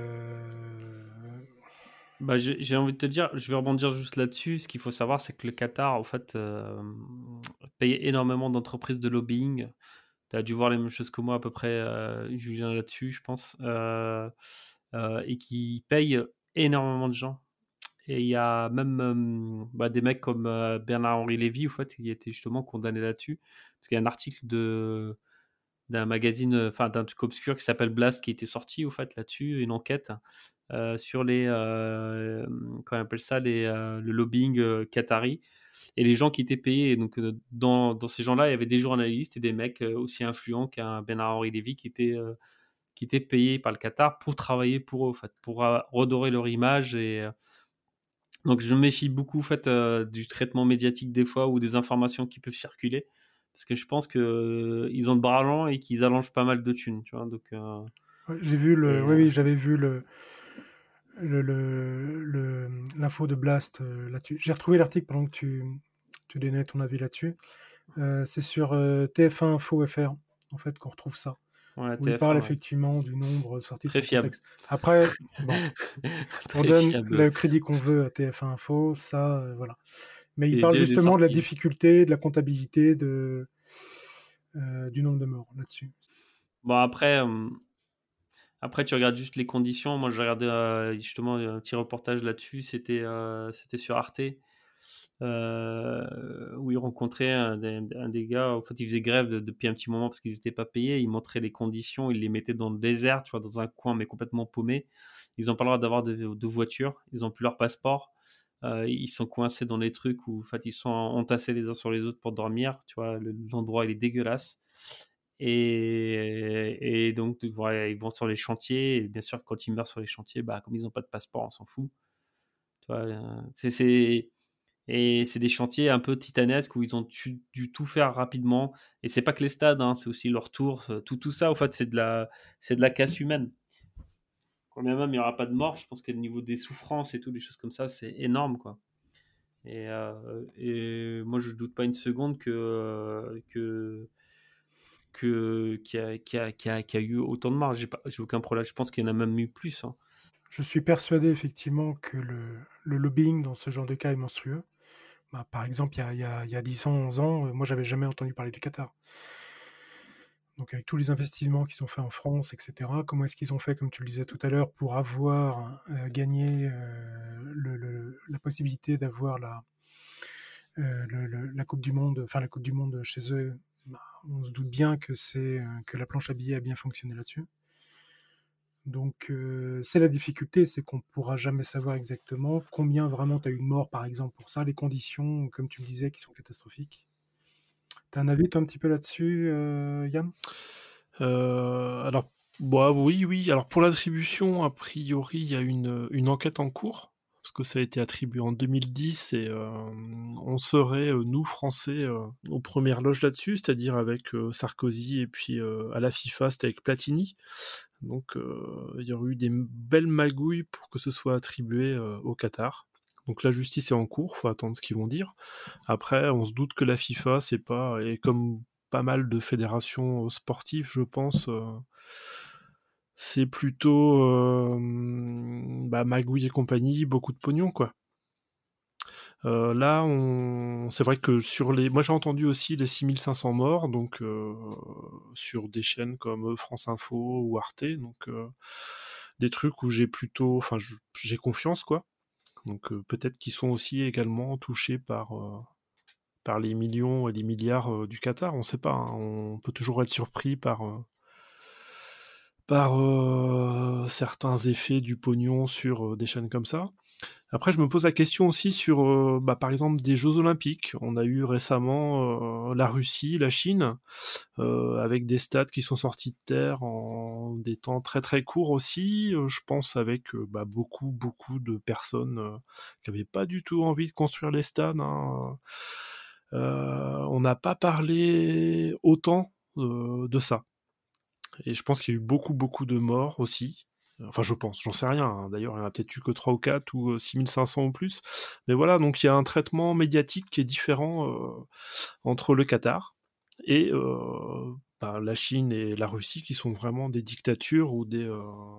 j'ai envie de te dire, je vais rebondir juste là-dessus. Ce qu'il faut savoir, c'est que le Qatar, en fait, paye énormément d'entreprises de lobbying. Tu as dû voir les mêmes choses que moi à peu près, Julien, là-dessus, je pense. Et qui paye énormément de gens. Et il y a même des mecs comme Bernard-Henri Lévy, en fait, qui était justement condamné là-dessus. Parce qu'il y a un article d'un magazine, d'un truc obscur qui s'appelle Blast qui était sorti, au fait, là-dessus, une enquête sur comment on appelle ça, le lobbying qatari. et les gens qui étaient payés. Et donc dans ces gens-là, il y avait des journalistes et des mecs aussi influents qu'un Bernard-Henri Lévy qui étaient payés par le Qatar pour travailler pour eux, en fait, pour redorer leur image. Et donc je me méfie beaucoup, en fait, du traitement médiatique des fois ou des informations qui peuvent circuler, parce que je pense que ils ont de bras longs et qu'ils allongent pas mal de thunes, tu vois. Donc Ouais, j'ai vu et, oui, j'avais vu l'info de Blast là-dessus. J'ai retrouvé l'article pendant que tu donnais ton avis là-dessus. C'est sur TF1 Info FR, en fait, qu'on retrouve ça. ouais, Où il TF1, parle ouais. effectivement du nombre sorti de Très son fiable. contexte. Après, bon, on Très donne fiable. le crédit qu'on veut à TF1 Info, ça, voilà. Mais il Et parle déjà des justement de la sorties. difficulté, de la comptabilité, du nombre de morts là-dessus. Bon, après, tu regardes juste les conditions. Moi, j'ai regardé justement un petit reportage là-dessus. C'était sur Arte, où ils rencontraient un des gars. En fait, ils faisaient grève depuis un petit moment parce qu'ils n'étaient pas payés. Ils montraient les conditions. Ils les mettaient dans le désert, tu vois, dans un coin, mais complètement paumé. Ils n'ont pas le droit d'avoir de voiture. Ils n'ont plus leur passeport. Ils sont coincés dans des trucs où, en fait, ils sont entassés les uns sur les autres pour dormir. Tu vois, l'endroit, il est dégueulasse. Et donc, voilà, ils vont sur les chantiers. Et bien sûr, quand ils meurent sur les chantiers, bah, comme ils n'ont pas de passeport, on s'en fout. Tu vois, et c'est des chantiers un peu titanesques où ils ont dû tout faire rapidement. Et c'est pas que les stades, hein, c'est aussi leur tour. Tout ça, en fait, c'est de la casse humaine. Quand bien même il n'y aura pas de mort, je pense que le niveau des souffrances et tout, des choses comme ça, c'est énorme, quoi. Et moi, je doute pas une seconde qu'il y a eu autant de morts. J'ai aucun problème. Je pense qu'il y en a même eu plus, hein. Je suis persuadé effectivement que le lobbying dans ce genre de cas est monstrueux. Bah, par exemple, il y a 10 ans, 11 ans, moi, j'avais jamais entendu parler du Qatar. Donc, avec tous les investissements qu'ils ont fait en France, etc., comment est-ce qu'ils ont fait, comme tu le disais tout à l'heure, pour avoir gagné la possibilité d'avoir la Coupe du Monde, enfin la Coupe du Monde chez eux. Bah, on se doute bien que que la planche à billets a bien fonctionné là-dessus. Donc, c'est la difficulté, c'est qu'on ne pourra jamais savoir exactement combien vraiment tu as eu de morts, par exemple, pour ça, les conditions, comme tu le disais, qui sont catastrophiques. Tu as un avis, toi, un petit peu là-dessus, Yann? Alors, bah, oui. Alors, pour l'attribution, a priori, il y a une enquête en cours, parce que ça a été attribué en 2010, et on serait, nous, Français, aux premières loges là-dessus, c'est-à-dire avec Sarkozy, et puis à la FIFA, c'était avec Platini. Donc, il y aurait eu des belles magouilles pour que ce soit attribué au Qatar. Donc la justice est en cours, faut attendre ce qu'ils vont dire. Après, on se doute que la FIFA, c'est pas, et comme pas mal de fédérations sportives, je pense, c'est plutôt magouille et compagnie, beaucoup de pognon, quoi. Là, c'est vrai que moi j'ai entendu aussi les 6500 morts, donc sur des chaînes comme France Info ou Arte, donc des trucs où j'ai confiance, quoi. Donc peut-être qu'ils sont aussi également touchés par les millions et les milliards du Qatar, on sait pas, hein. On peut toujours être surpris par certains effets du pognon sur des chaînes comme ça. Après, je me pose la question aussi sur, par exemple, des Jeux Olympiques. On a eu récemment la Russie, la Chine, avec des stades qui sont sortis de terre en des temps très très courts aussi. Je pense avec beaucoup de personnes qui n'avaient pas du tout envie de construire les stades, hein. On n'a pas parlé autant de ça. Et je pense qu'il y a eu beaucoup de morts aussi. Enfin, je pense, j'en sais rien, hein. D'ailleurs, il n'y en a peut-être eu que 3 ou 4 ou 6500 ou plus. Mais voilà, donc il y a un traitement médiatique qui est différent entre le Qatar et la Chine et la Russie, qui sont vraiment des dictatures où il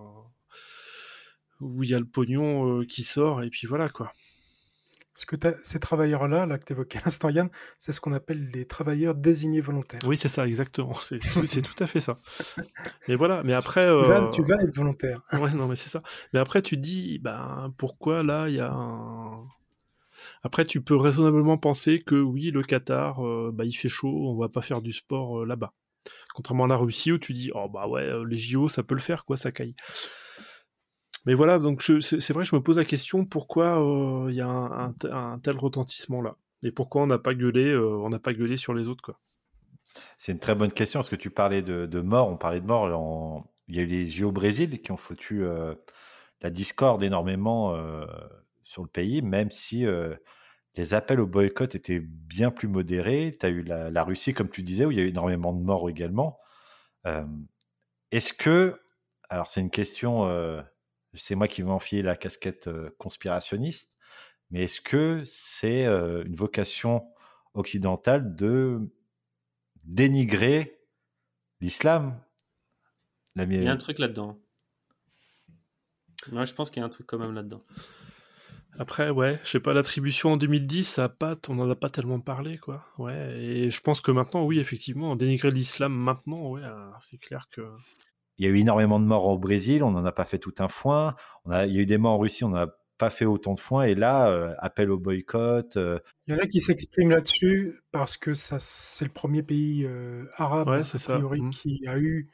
y a le pognon qui sort, et puis voilà, quoi. Parce que ces travailleurs-là, là, que tu évoquais à l'instant, Yann, c'est ce qu'on appelle les travailleurs désignés volontaires. Oui, c'est ça, exactement. C'est tout à fait ça. Mais voilà, mais après... Tu vas être volontaire. Ouais, non, mais c'est ça. Mais après, tu te dis, pourquoi là, il y a Après, tu peux raisonnablement penser que oui, le Qatar, il fait chaud, on va pas faire du sport là-bas. Contrairement à la Russie, où tu dis, oh bah ouais, les JO, ça peut le faire, quoi, ça caille. Mais voilà, donc c'est vrai que je me pose la question, pourquoi il y a un tel retentissement là. Et pourquoi on n'a pas gueulé sur les autres, quoi. C'est une très bonne question. Parce que tu parlais de mort, on parlait de mort. Il y a eu les JO au Brésil qui ont foutu la discorde énormément sur le pays, même si les appels au boycott étaient bien plus modérés. Tu as eu la Russie, comme tu disais, où il y a eu énormément de morts également. Est-ce que, alors c'est une question, c'est moi qui vais enfiler la casquette conspirationniste, mais est-ce que c'est une vocation occidentale de dénigrer l'islam? Il y a un truc là-dedans. Ouais, je pense qu'il y a un truc quand même là-dedans. Après, ouais, je sais pas, l'attribution en 2010, on n'en a pas tellement parlé, quoi. Ouais, et je pense que maintenant, oui, effectivement, dénigrer l'islam maintenant, ouais, c'est clair que... Il y a eu énormément de morts au Brésil, on n'en a pas fait tout un foin. Il y a eu des morts en Russie, on n'en a pas fait autant de foin. Et là, appel au boycott. Il y en a qui s'expriment là-dessus parce que c'est le premier pays arabe, Ouais, a c'est ça. priori, qui a eu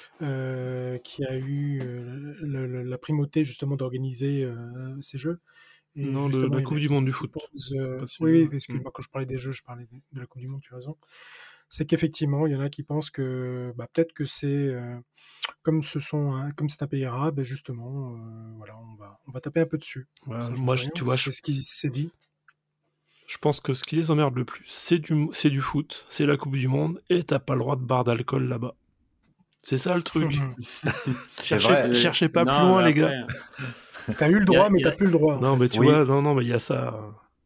la primauté justement d'organiser ces jeux. Et Non, justement, la il y en a Coupe du qui Monde du se foot. posent, Pas ces oui, jeux. parce que moi, quand je parlais des jeux, je parlais de la Coupe du Monde, tu as raison. C'est qu'effectivement, il y en a qui pensent que peut-être que c'est comme c'est un pays arabe, justement, voilà, on va taper un peu dessus. Ouais, Ça, j'en moi, sais rien, tu vois, c'est ce qui s'est dit. je pense que ce qui les emmerde le plus, c'est du foot, c'est la Coupe du Monde, et t'as pas le droit de bar d'alcool là-bas. C'est ça le truc. Cherchez pas plus loin, les gars. T'as eu le droit, mais t'as plus le droit. Non, mais tu vois, non, mais il y a ça.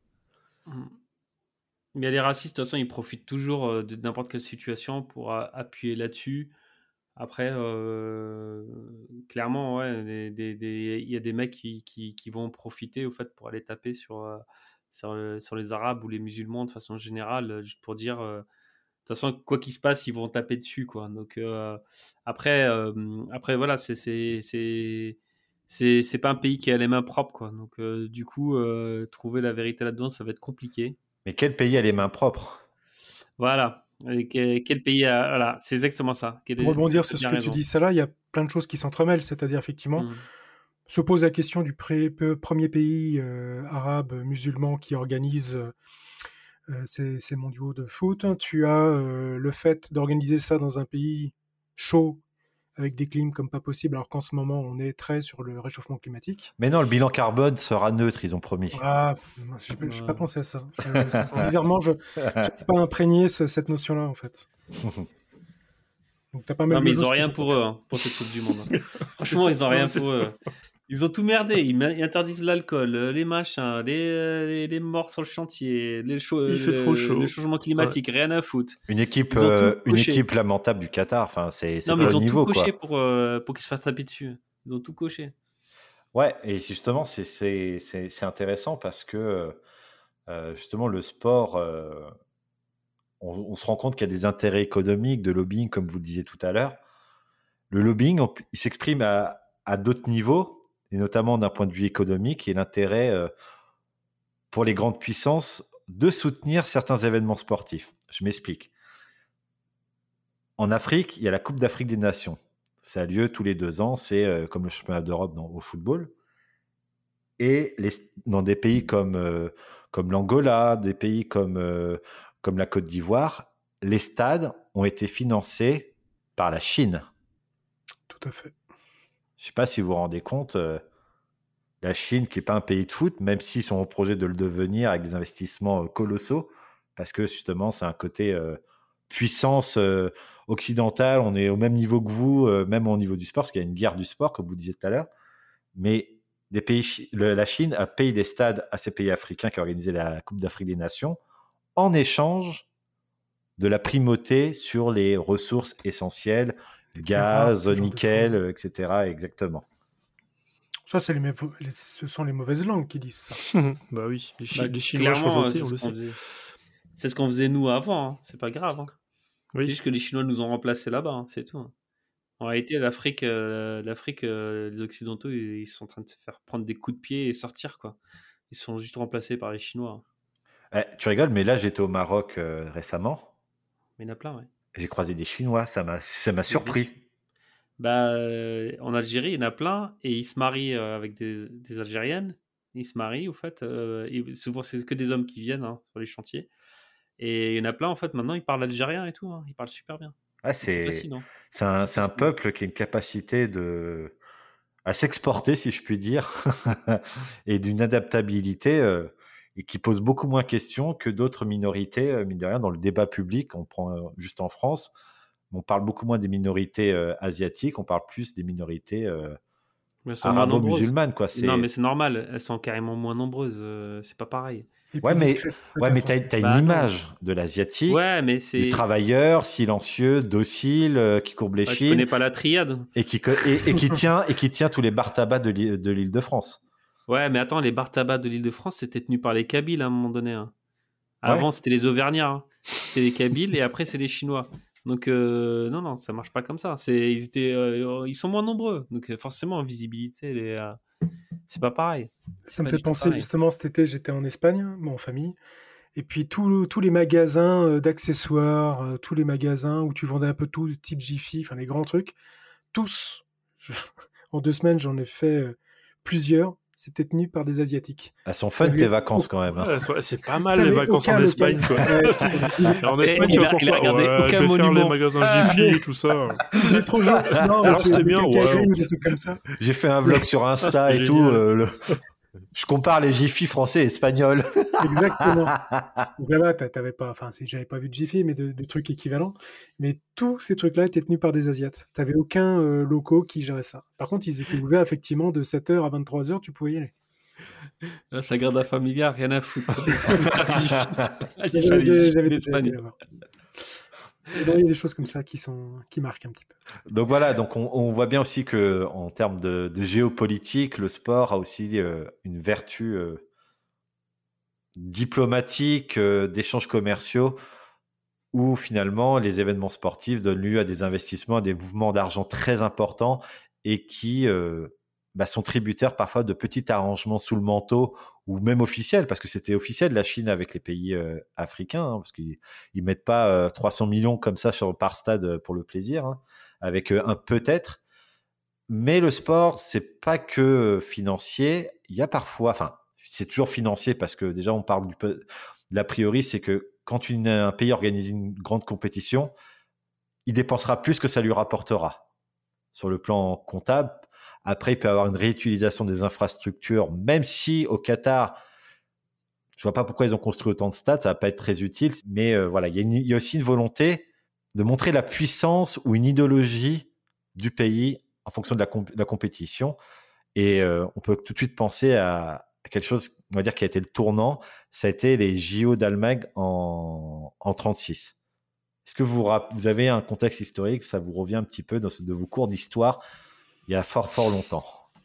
Mais les racistes, de toute façon, ils profitent toujours de n'importe quelle situation pour appuyer là-dessus. Après, clairement, ouais, il y a des mecs qui vont profiter au fait pour aller taper sur les Arabes ou les musulmans de façon générale, juste pour dire, de toute façon, quoi qu'il se passe, ils vont taper dessus, quoi. Donc après, voilà, c'est pas un pays qui a les mains propres, quoi. Donc du coup, trouver la vérité là-dedans, ça va être compliqué. Mais quel pays a les mains propres? Voilà. Quel pays a... Voilà, c'est exactement ça. Pour rebondir sur ce que tu dis, ça là, il y a plein de choses qui s'entremêlent. C'est-à-dire, effectivement, se pose la question du premier pays arabe musulman qui organise ces mondiaux de foot. Tu as le fait d'organiser ça dans un pays chaud, avec des clims comme pas possible, alors qu'en ce moment, on est très sur le réchauffement climatique. Mais non, le bilan carbone sera neutre, ils ont promis. Ah, je n'ai pas pensé à ça. Bizarrement, je n'ai pas imprégné cette notion-là, en fait. Donc, t'as pas mal non, mais ils n'ont rien pour eux, hein, pour cette Coupe du Monde. Franchement, ils n'ont rien pour eux. Ils ont tout merdé. Ils interdisent l'alcool, les machins, les morts sur le chantier, il fait trop chaud. Le changement climatique, rien à foutre. Une équipe lamentable du Qatar. Enfin, c'est non, mais pas ils au ont niveau, tout coché quoi. pour qu'ils se fassent taper dessus. Ils ont tout coché. Ouais, et justement, c'est intéressant parce que justement, le sport, on se rend compte qu'il y a des intérêts économiques, de lobbying, comme vous le disiez tout à l'heure. Le lobbying, il s'exprime à d'autres niveaux, et notamment d'un point de vue économique, et l'intérêt pour les grandes puissances de soutenir certains événements sportifs. Je m'explique. En Afrique, il y a la Coupe d'Afrique des Nations. Ça a lieu tous les 2 ans, c'est comme le championnat d'Europe au football. Et dans des pays comme l'Angola, des pays comme la Côte d'Ivoire, les stades ont été financés par la Chine. Tout à fait. Je ne sais pas si vous vous rendez compte, la Chine, qui n'est pas un pays de foot, même s'ils sont au projet de le devenir avec des investissements colossaux, parce que justement, c'est un côté puissance occidentale, on est au même niveau que vous, même au niveau du sport, parce qu'il y a une guerre du sport, comme vous disiez tout à l'heure. Mais la Chine a payé des stades à ces pays africains qui ont organisé la Coupe d'Afrique des Nations en échange de la primauté sur les ressources essentielles, gaz, nickel, etc. Exactement. Ça, ce sont les mauvaises langues qui disent ça. Bah oui, les Chinois changeantés, on le sait. C'est ce qu'on faisait nous avant, hein. C'est pas grave. Hein. Oui. C'est juste que les Chinois nous ont remplacés là-bas, hein. C'est tout. Hein. En réalité, l'Afrique, les Occidentaux, ils sont en train de se faire prendre des coups de pied et sortir, quoi. Ils sont juste remplacés par les Chinois. Tu rigoles, mais là, j'étais au Maroc récemment. Mais il y en a plein, ouais. J'ai croisé des Chinois, ça m'a surpris. En Algérie, il y en a plein et ils se marient avec des Algériennes Ils se marient, au fait. Et souvent, c'est que des hommes qui viennent sur les chantiers. Et il y en a plein, en fait, maintenant, ils parlent algérien et tout. Ils parlent super bien. Ah, C'est fascinant. c'est un peuple qui a une capacité à s'exporter, si je puis dire, et d'une adaptabilité et qui pose beaucoup moins de questions que d'autres minorités, mine de rien, dans le débat public. On prend juste en France, on parle beaucoup moins des minorités asiatiques, on parle plus des minorités Mais elles sont moins nombreuses. arabo-musulmanes, quoi. Non, mais c'est normal. Elles sont carrément moins nombreuses. C'est pas pareil. Ouais, mais t'as une image de l'asiatique, du travailleur silencieux, docile, qui courbe les chines. Tu connais pas la triade. Et qui tient tous les bars tabac de l'Île-de-France. Ouais, mais attends, les bars tabac de l'Île-de-France, c'était tenu par les Kabyles à un moment donné. Avant, c'était les Auvergnats. C'était les Kabyles et après, c'est les Chinois. Donc, non, ça marche pas comme ça. Ils sont moins nombreux. Donc, forcément, en visibilité, c'est pas pareil. Ça me fait penser, justement, cet été, j'étais en Espagne, en famille. Et puis, tous les magasins d'accessoires, tous les magasins où tu vendais un peu tout, type Jiffy, enfin, les grands trucs, tous, en 2 semaines, j'en ai fait plusieurs. C'était tenu par des Asiatiques. Elles sont fun tes vacances quand même. Ouais, c'est pas mal les vacances en Espagne. Quoi. En Espagne, il a regardé aucun monument. Faire les magasins Jiffy et tout ça. C'est trop joli. Non, alors c'était bien. Des trucs comme ça. J'ai fait un vlog sur Insta et tout. Je compare les Jiffy français et espagnols. Exactement. Donc là-bas, t'avais pas, enfin, j'avais pas vu de Jiffy, mais de trucs équivalents. Mais tous ces trucs-là étaient tenus par des Asiates. T'avais aucun locaux qui gérait ça. Par contre, ils étaient ouverts effectivement de 7h à 23h, tu pouvais y aller. La Sagrada Familia, rien à foutre. J'avais des là-bas. Il y a des choses comme ça qui marquent un petit peu. Donc voilà, on voit bien aussi que en termes de géopolitique, le sport a aussi une vertu diplomatique, d'échanges commerciaux, où finalement les événements sportifs donnent lieu à des investissements, à des mouvements d'argent très importants et qui sont tributaires parfois de petits arrangements sous le manteau ou même officiels, parce que c'était officiel la Chine avec les pays africains, parce qu'ils mettent pas 300 millions comme ça par stade pour le plaisir, avec un peut-être. Mais le sport, c'est pas que financier. Il y a parfois, c'est toujours financier parce que déjà on parle l'a priori, c'est que quand un pays organise une grande compétition, il dépensera plus que ça lui rapportera sur le plan comptable. Après, il peut y avoir une réutilisation des infrastructures, même si au Qatar, je vois pas pourquoi ils ont construit autant de stades, ça va pas être très utile. Mais voilà, il y a aussi une volonté de montrer la puissance ou une idéologie du pays en fonction de la compétition. Et on peut tout de suite penser à quelque chose, on va dire, qui a été le tournant. Ça a été les JO d'Allemagne en 36. Est-ce que vous avez un contexte historique, ça vous revient un petit peu de vos cours d'histoire il y a fort longtemps?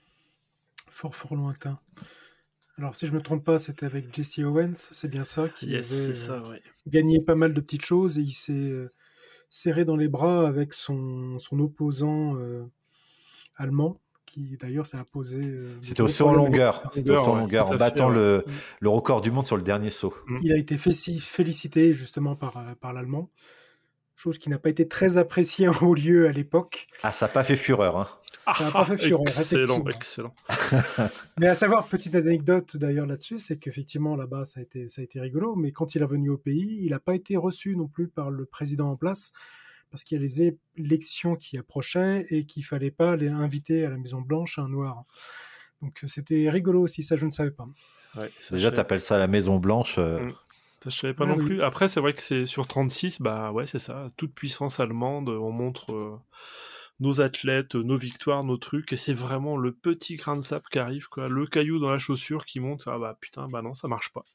Fort lointain. Alors, si je ne me trompe pas, c'était avec Jesse Owens, c'est bien ça, qui avait gagné pas mal de petites choses et il s'est serré dans les bras avec son opposant allemand, qui d'ailleurs s'est imposé. C'était au saut en longueur. En battant le record du monde sur le dernier saut. Il a été félicité justement par l'Allemand. Chose qui n'a pas été très appréciée en haut lieu à l'époque. Ah, ça n'a pas fait fureur, hein. Ça n'a pas fait fureur, effectivement. Excellent. Mais à savoir, petite anecdote d'ailleurs là-dessus, c'est qu'effectivement là-bas ça a été rigolo, mais quand il est revenu au pays, il n'a pas été reçu non plus par le président en place, parce qu'il y a les élections qui approchaient et qu'il ne fallait pas les inviter à la Maison Blanche un noir. Donc c'était rigolo aussi, ça je ne savais pas. Ouais, déjà, tu appelles ça la Maison Blanche Ça, je savais pas non plus. Après, c'est vrai que c'est sur 36, c'est ça. Toute puissance allemande, on montre nos athlètes, nos victoires, nos trucs, et c'est vraiment le petit grain de sable qui arrive, quoi. Le caillou dans la chaussure qui monte. Ah putain, non, ça marche pas.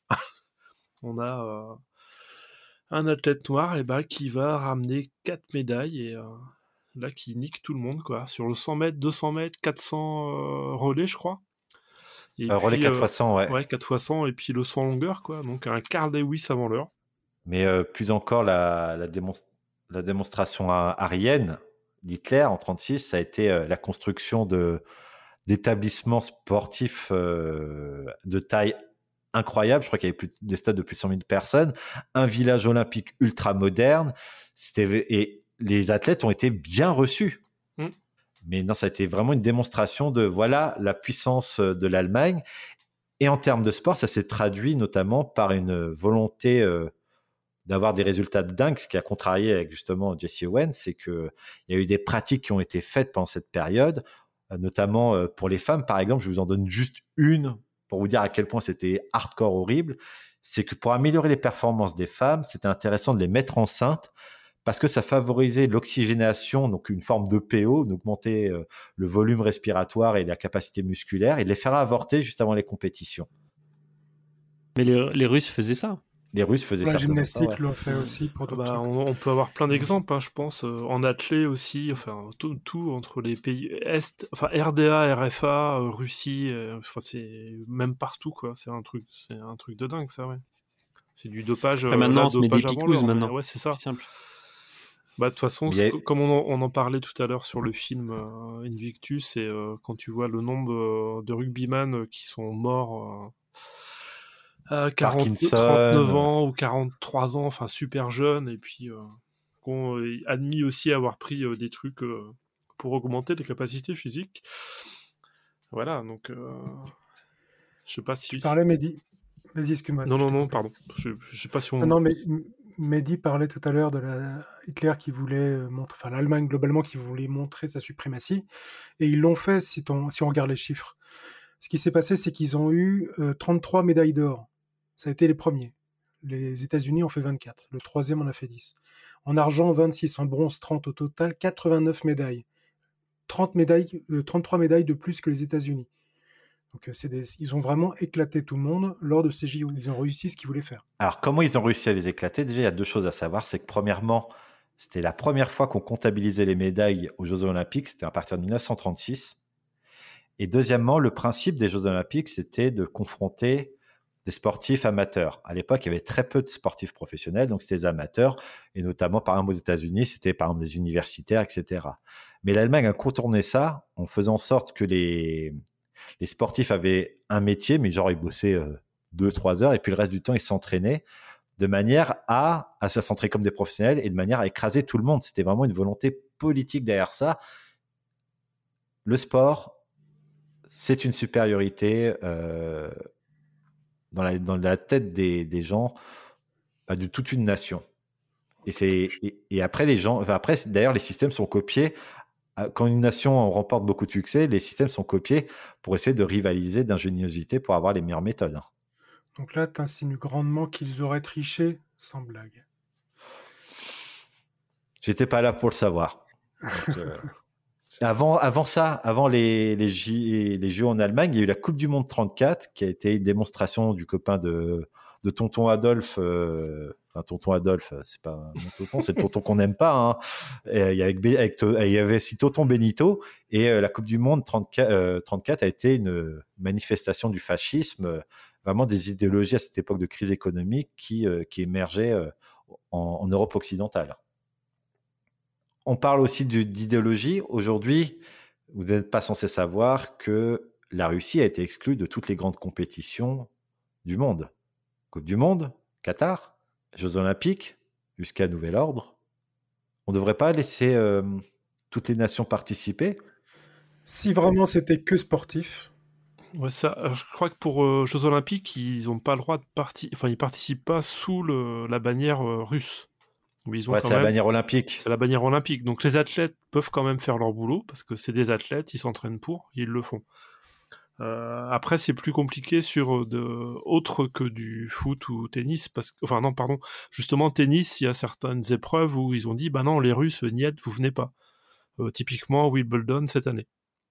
On a un athlète noir qui va ramener 4 médailles et là qui nique tout le monde, quoi. Sur le 100 mètres, 200 mètres, 400 relais, je crois. Relais 4 x 100, ouais. Ouais, 4 x 100, et puis le 100 longueur, quoi. Donc un Carl Lewis avant l'heure. Mais plus encore, la démonstration aryenne d'Hitler en 36, ça a été la construction d'établissements sportifs de taille incroyable. Je crois qu'il y avait des stades de plus de 100 000 personnes, un village olympique ultra moderne. Et les athlètes ont été bien reçus. Mais non, ça a été vraiment une démonstration de voilà la puissance de l'Allemagne. Et en termes de sport, ça s'est traduit notamment par une volonté d'avoir des résultats de dingue. Ce qui a contrarié avec justement Jesse Owens, c'est qu'il y a eu des pratiques qui ont été faites pendant cette période, notamment pour les femmes, par exemple. Je vous en donne juste une pour vous dire à quel point c'était hardcore horrible. C'est que pour améliorer les performances des femmes, c'était intéressant de les mettre enceintes parce que ça favorisait l'oxygénation, donc une forme d'EPO, d'augmenter le volume respiratoire et la capacité musculaire, et de les faire avorter juste avant les compétitions. Mais les Russes faisaient ça. Les Russes faisaient La certainement gymnastique ça, ouais. l'ont fait aussi pour d'autres trucs. On peut avoir plein d'exemples, hein, je pense, en athlée aussi, enfin tout entre les pays Est, enfin RDA, RFA, Russie, enfin c'est même partout quoi, c'est un truc de dingue ça, ouais. C'est du dopage. Après, maintenant, là, on se met dopage des avant picouses l'heure, mais maintenant. ouais, c'est ça. Simple. Bah, de toute façon, Mais- comme on en parlait tout à l'heure sur le film Invictus, et quand tu vois le nombre de rugbyman qui sont morts à Parkinson, 39 ans ou 43 ans, enfin super jeunes, et puis qui ont admis aussi avoir pris des trucs pour augmenter les capacités physiques. Voilà, donc je sais pas si... Tu parlais, Mehdi. Vas-y, excuse-moi. Non, pardon. Je sais pas si on... Non, mais Mehdi parlait tout à l'heure de Hitler qui voulait montrer, enfin l'Allemagne globalement qui voulait montrer sa suprématie, et ils l'ont fait si on regarde les chiffres. Ce qui s'est passé, c'est qu'ils ont eu 33 médailles d'or. Ça a été les premiers. Les États-Unis ont fait 24. Le troisième en a fait 10. En argent, 26. En bronze, 30 au total. 89 médailles. 33 médailles de plus que les États-Unis. Donc ils ont vraiment éclaté tout le monde lors de ces JO. Ils ont réussi ce qu'ils voulaient faire. Alors, comment ils ont réussi à les éclater? Déjà, il y a deux choses à savoir. C'est que premièrement, c'était la première fois qu'on comptabilisait les médailles aux Jeux Olympiques. C'était à partir de 1936. Et deuxièmement, le principe des Jeux Olympiques, c'était de confronter des sportifs amateurs. À l'époque, il y avait très peu de sportifs professionnels, donc c'était des amateurs. Et notamment, par exemple, aux États-Unis, c'était par exemple des universitaires, etc. Mais l'Allemagne a contourné ça en faisant en sorte que les sportifs avaient un métier, mais genre ils bossaient 2-3 heures, et puis le reste du temps, ils s'entraînaient de manière à s'entraîner comme des professionnels et de manière à écraser tout le monde. C'était vraiment une volonté politique derrière ça. Le sport, c'est une supériorité dans la tête des gens, de toute une nation. Et après, d'ailleurs, les systèmes sont copiés. Quand une nation remporte beaucoup de succès, les systèmes sont copiés pour essayer de rivaliser d'ingéniosité pour avoir les meilleures méthodes. Donc là, tu insinues grandement qu'ils auraient triché, sans blague. J'étais pas là pour le savoir. Donc, avant ça, avant les JO en Allemagne, il y a eu la Coupe du Monde 34 qui a été une démonstration du copain de tonton Adolphe. Enfin, tonton Adolphe, c'est pas mon tonton, c'est le tonton qu'on n'aime pas. Hein. Et il y avait aussi tonton Benito. Et la Coupe du Monde 34 a été une manifestation du fascisme, vraiment des idéologies à cette époque de crise économique qui émergeaient en Europe occidentale. On parle aussi d'idéologie. Aujourd'hui, vous n'êtes pas censé savoir que la Russie a été exclue de toutes les grandes compétitions du monde. Coupe du Monde, Qatar, Jeux Olympiques, jusqu'à nouvel ordre. On ne devrait pas laisser toutes les nations participer? Si vraiment c'était que sportif. Ouais, ça, je crois que pour Jeux Olympiques, ils n'ont pas le droit de ils participent pas sous la bannière russe. Mais ils ont c'est la bannière olympique. C'est la bannière olympique. Donc les athlètes peuvent quand même faire leur boulot parce que c'est des athlètes, ils s'entraînent pour, ils le font. Après, c'est plus compliqué sur autre que du foot ou tennis, justement tennis, il y a certaines épreuves où ils ont dit bah non, les Russes, niet, vous venez pas. Typiquement Wimbledon cette année.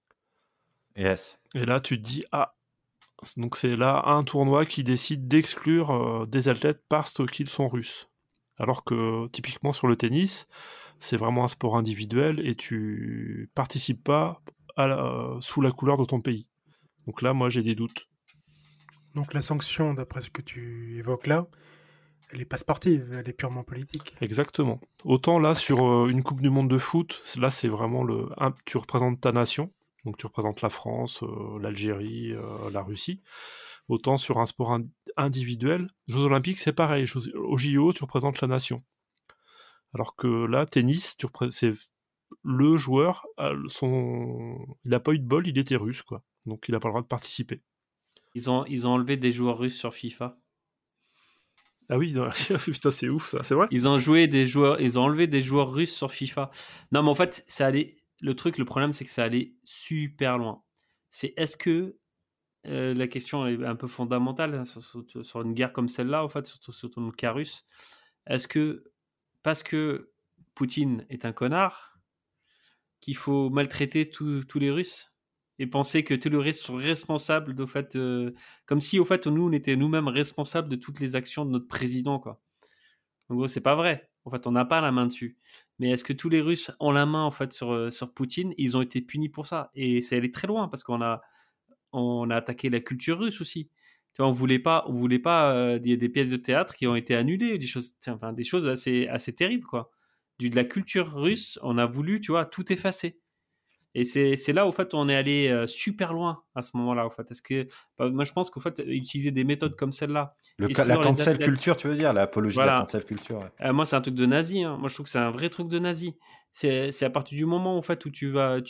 Yes. Et là, tu te dis donc c'est là un tournoi qui décide d'exclure des athlètes parce qu'ils sont russes. Alors que typiquement sur le tennis, c'est vraiment un sport individuel et tu participes pas sous la couleur de ton pays. Donc là, moi, j'ai des doutes. Donc la sanction, d'après ce que tu évoques là, elle n'est pas sportive, elle est purement politique. Exactement. Autant là, sur une Coupe du Monde de foot, là, c'est vraiment tu représentes ta nation. Donc tu représentes la France, l'Algérie, la Russie. Autant sur un sport individuel, Jeux Olympiques, c'est pareil. Au JO, tu représentes la nation. Alors que là, tennis, c'est le joueur, il n'a pas eu de bol, il était russe, quoi. Donc il n'a pas le droit de participer. Ils ont enlevé des joueurs russes sur FIFA. Ah oui, putain, c'est ouf ça, c'est vrai. Ils ont enlevé des joueurs russes sur FIFA. Non, mais en fait, le problème, c'est que ça allait super loin. Est-ce que la question est un peu fondamentale hein, sur une guerre comme celle-là, en fait, surtout le cas russe. Est-ce que parce que Poutine est un connard, qu'il faut maltraiter tous les Russes et penser que tous les Russes sont responsables de fait, comme si au fait nous on était nous-mêmes responsables de toutes les actions de notre président quoi. En gros c'est pas vrai. En fait on n'a pas la main dessus. Mais est-ce que tous les Russes ont la main en fait sur Poutine? Ils ont été punis pour ça et c'est allé très loin parce qu'on a attaqué la culture russe aussi. Tu vois, on voulait pas des pièces de théâtre qui ont été annulées, des choses assez terribles quoi. De la culture russe, on a voulu, tu vois, tout effacer. Et c'est là, au fait, on est allé super loin à ce moment-là, au fait. Parce que moi, je pense qu'au fait, utiliser des méthodes comme celle-là. La cancel culture, tu veux dire, l'apologie de la cancel culture. Ouais. Moi, c'est un truc de nazi. Hein. Moi, je trouve que c'est un vrai truc de nazi. C'est à partir du moment, en fait, où tu vas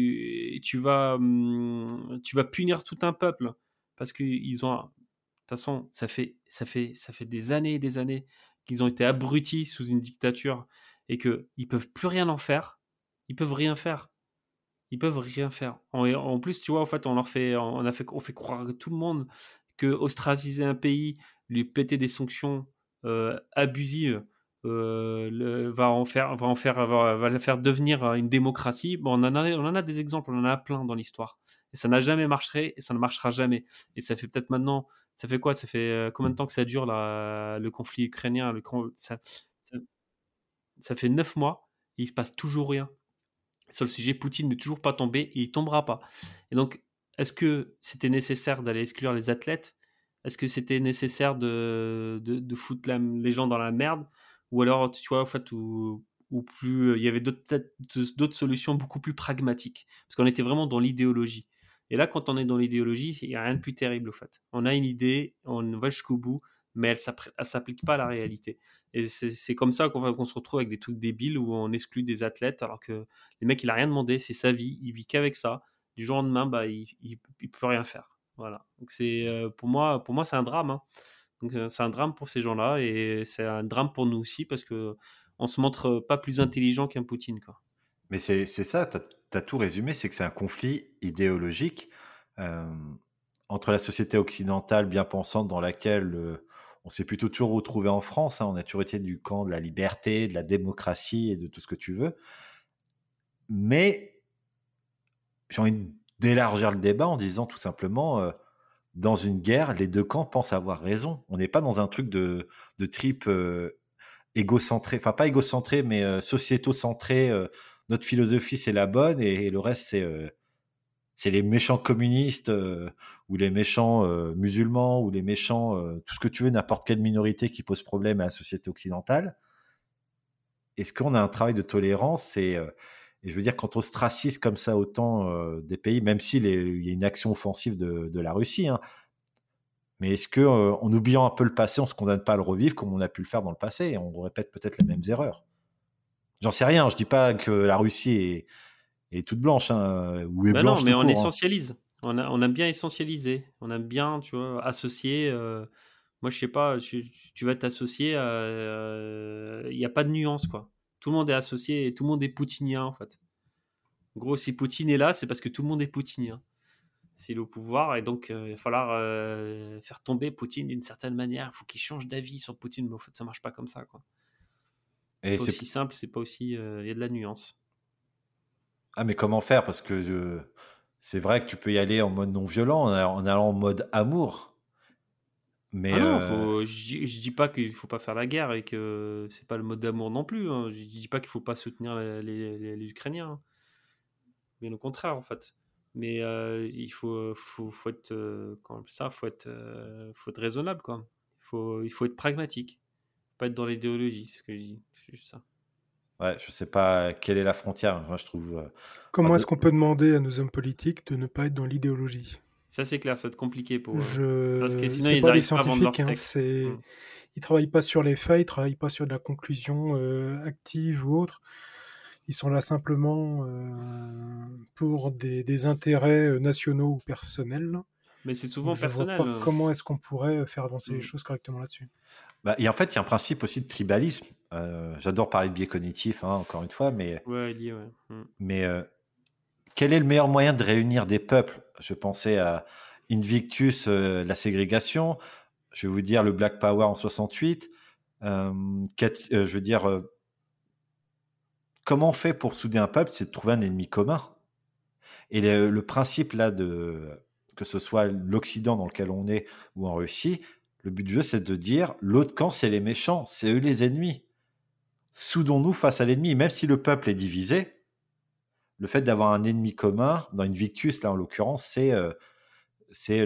punir tout un peuple parce qu'ils ont. De toute façon, ça fait des années et des années qu'ils ont été abrutis sous une dictature et qu'ils peuvent plus rien en faire. Ils peuvent rien faire. Ils peuvent rien faire. En plus, tu vois, en fait, on fait croire à tout le monde que ostraciser un pays, lui péter des sanctions abusives, va le faire devenir une démocratie. Bon, on en a des exemples, on en a plein dans l'histoire. Et ça n'a jamais marché et ça ne marchera jamais. Et ça fait peut-être maintenant, ça fait quoi? Ça fait combien de temps que ça dure le conflit ukrainien? Ça fait 9 mois et il se passe toujours rien. Sur le sujet, Poutine n'est toujours pas tombé et il tombera pas. Et donc, est-ce que c'était nécessaire d'aller exclure les athlètes? Est-ce que c'était nécessaire de foutre les gens dans la merde? Ou alors, tu vois, en fait, ou plus, il y avait d'autres solutions beaucoup plus pragmatiques. Parce qu'on était vraiment dans l'idéologie. Et là, quand on est dans l'idéologie, il n'y a rien de plus terrible, au fait. On a une idée, on va jusqu'au bout, mais elle ne s'applique pas à la réalité. Et c'est comme ça qu'on se retrouve avec des trucs débiles où on exclut des athlètes alors que les mecs, il a rien demandé, c'est sa vie, il vit qu'avec ça. Du jour au lendemain, bah, il peut rien faire. Voilà. Donc c'est pour moi, c'est un drame. Hein. Donc c'est un drame pour ces gens-là et c'est un drame pour nous aussi parce que on se montre pas plus intelligent qu'un Poutine, quoi. Mais c'est ça, t'as tout résumé, c'est que c'est un conflit idéologique entre la société occidentale bien pensante dans laquelle on s'est plutôt toujours retrouvé en France. Hein, on a toujours été du camp de la liberté, de la démocratie et de tout ce que tu veux. Mais j'ai envie d'élargir le débat en disant tout simplement, dans une guerre, les deux camps pensent avoir raison. On n'est pas dans un truc de trip égocentré, enfin pas égocentré, mais sociéto-centré. Notre philosophie, c'est la bonne et le reste, c'est les méchants communistes ou les méchants musulmans ou les méchants, tout ce que tu veux, n'importe quelle minorité qui pose problème à la société occidentale. Est-ce qu'on a un travail de tolérance et je veux dire, quand on ostracise comme ça autant des pays, même s'il y a une action offensive de la Russie, hein, mais est-ce que, en oubliant un peu le passé, on se condamne pas à le revivre comme on a pu le faire dans le passé et on répète peut-être les mêmes erreurs? J'en sais rien. Je dis pas que la Russie est toute blanche ou est blanche. Non, mais on court, essentialise. On aime bien essentialiser. On aime bien, tu vois, associer. Moi, je sais pas. Tu vas t'associer. Il n'y a pas de nuance, quoi. Tout le monde est associé et tout le monde est poutinien, en fait. En gros, si Poutine est là, c'est parce que tout le monde est poutinien. C'est le pouvoir et donc il va falloir faire tomber Poutine d'une certaine manière. Il faut qu'il change d'avis sur Poutine, mais en fait, ça marche pas comme ça, quoi. C'est pas aussi simple, c'est pas aussi. Il y a de la nuance. Ah, mais comment faire? Parce que c'est vrai que tu peux y aller en mode non violent, en allant en mode amour. Mais non, je dis pas qu'il faut pas faire la guerre et que c'est pas le mode d'amour non plus. Hein. Je dis pas qu'il faut pas soutenir les Ukrainiens. Hein. Bien au contraire, en fait. Mais il faut être quand ça, faut être raisonnable, quoi. Il faut être pragmatique, pas être dans l'idéologie, c'est ce que je dis. C'est juste ça. Ouais, je sais pas quelle est la frontière. Moi, je trouve. Comment est-ce qu'on peut demander à nos hommes politiques de ne pas être dans l'idéologie? Ça, c'est clair, ça va être compliqué pour parce que sinon c'est ils pas des arrivent pas à vendre leur scientifiques, steak. Ils travaillent pas sur les faits, ils travaillent pas sur de la conclusion active ou autre. Ils sont là simplement pour des intérêts nationaux ou personnels. Mais c'est souvent Donc, je vois personnel. pas comment est-ce qu'on pourrait faire avancer les Mm. choses correctement là-dessus. Et en fait, il y a un principe aussi de tribalisme. J'adore parler de biais cognitifs, encore une fois, mais Ouais, lié, ouais. Mm. Mais quel est le meilleur moyen de réunir des peuples? Je pensais à Invictus, la ségrégation. Je vais vous dire le Black Power en 68. Je veux dire, comment on fait pour souder un peuple? C'est de trouver un ennemi commun. Et le principe là que ce soit l'Occident dans lequel on est ou en Russie, le but du jeu c'est de dire l'autre camp c'est les méchants, c'est eux les ennemis. Soudons-nous face à l'ennemi, même si le peuple est divisé. Le fait d'avoir un ennemi commun, dans Invictus, là en l'occurrence, c'est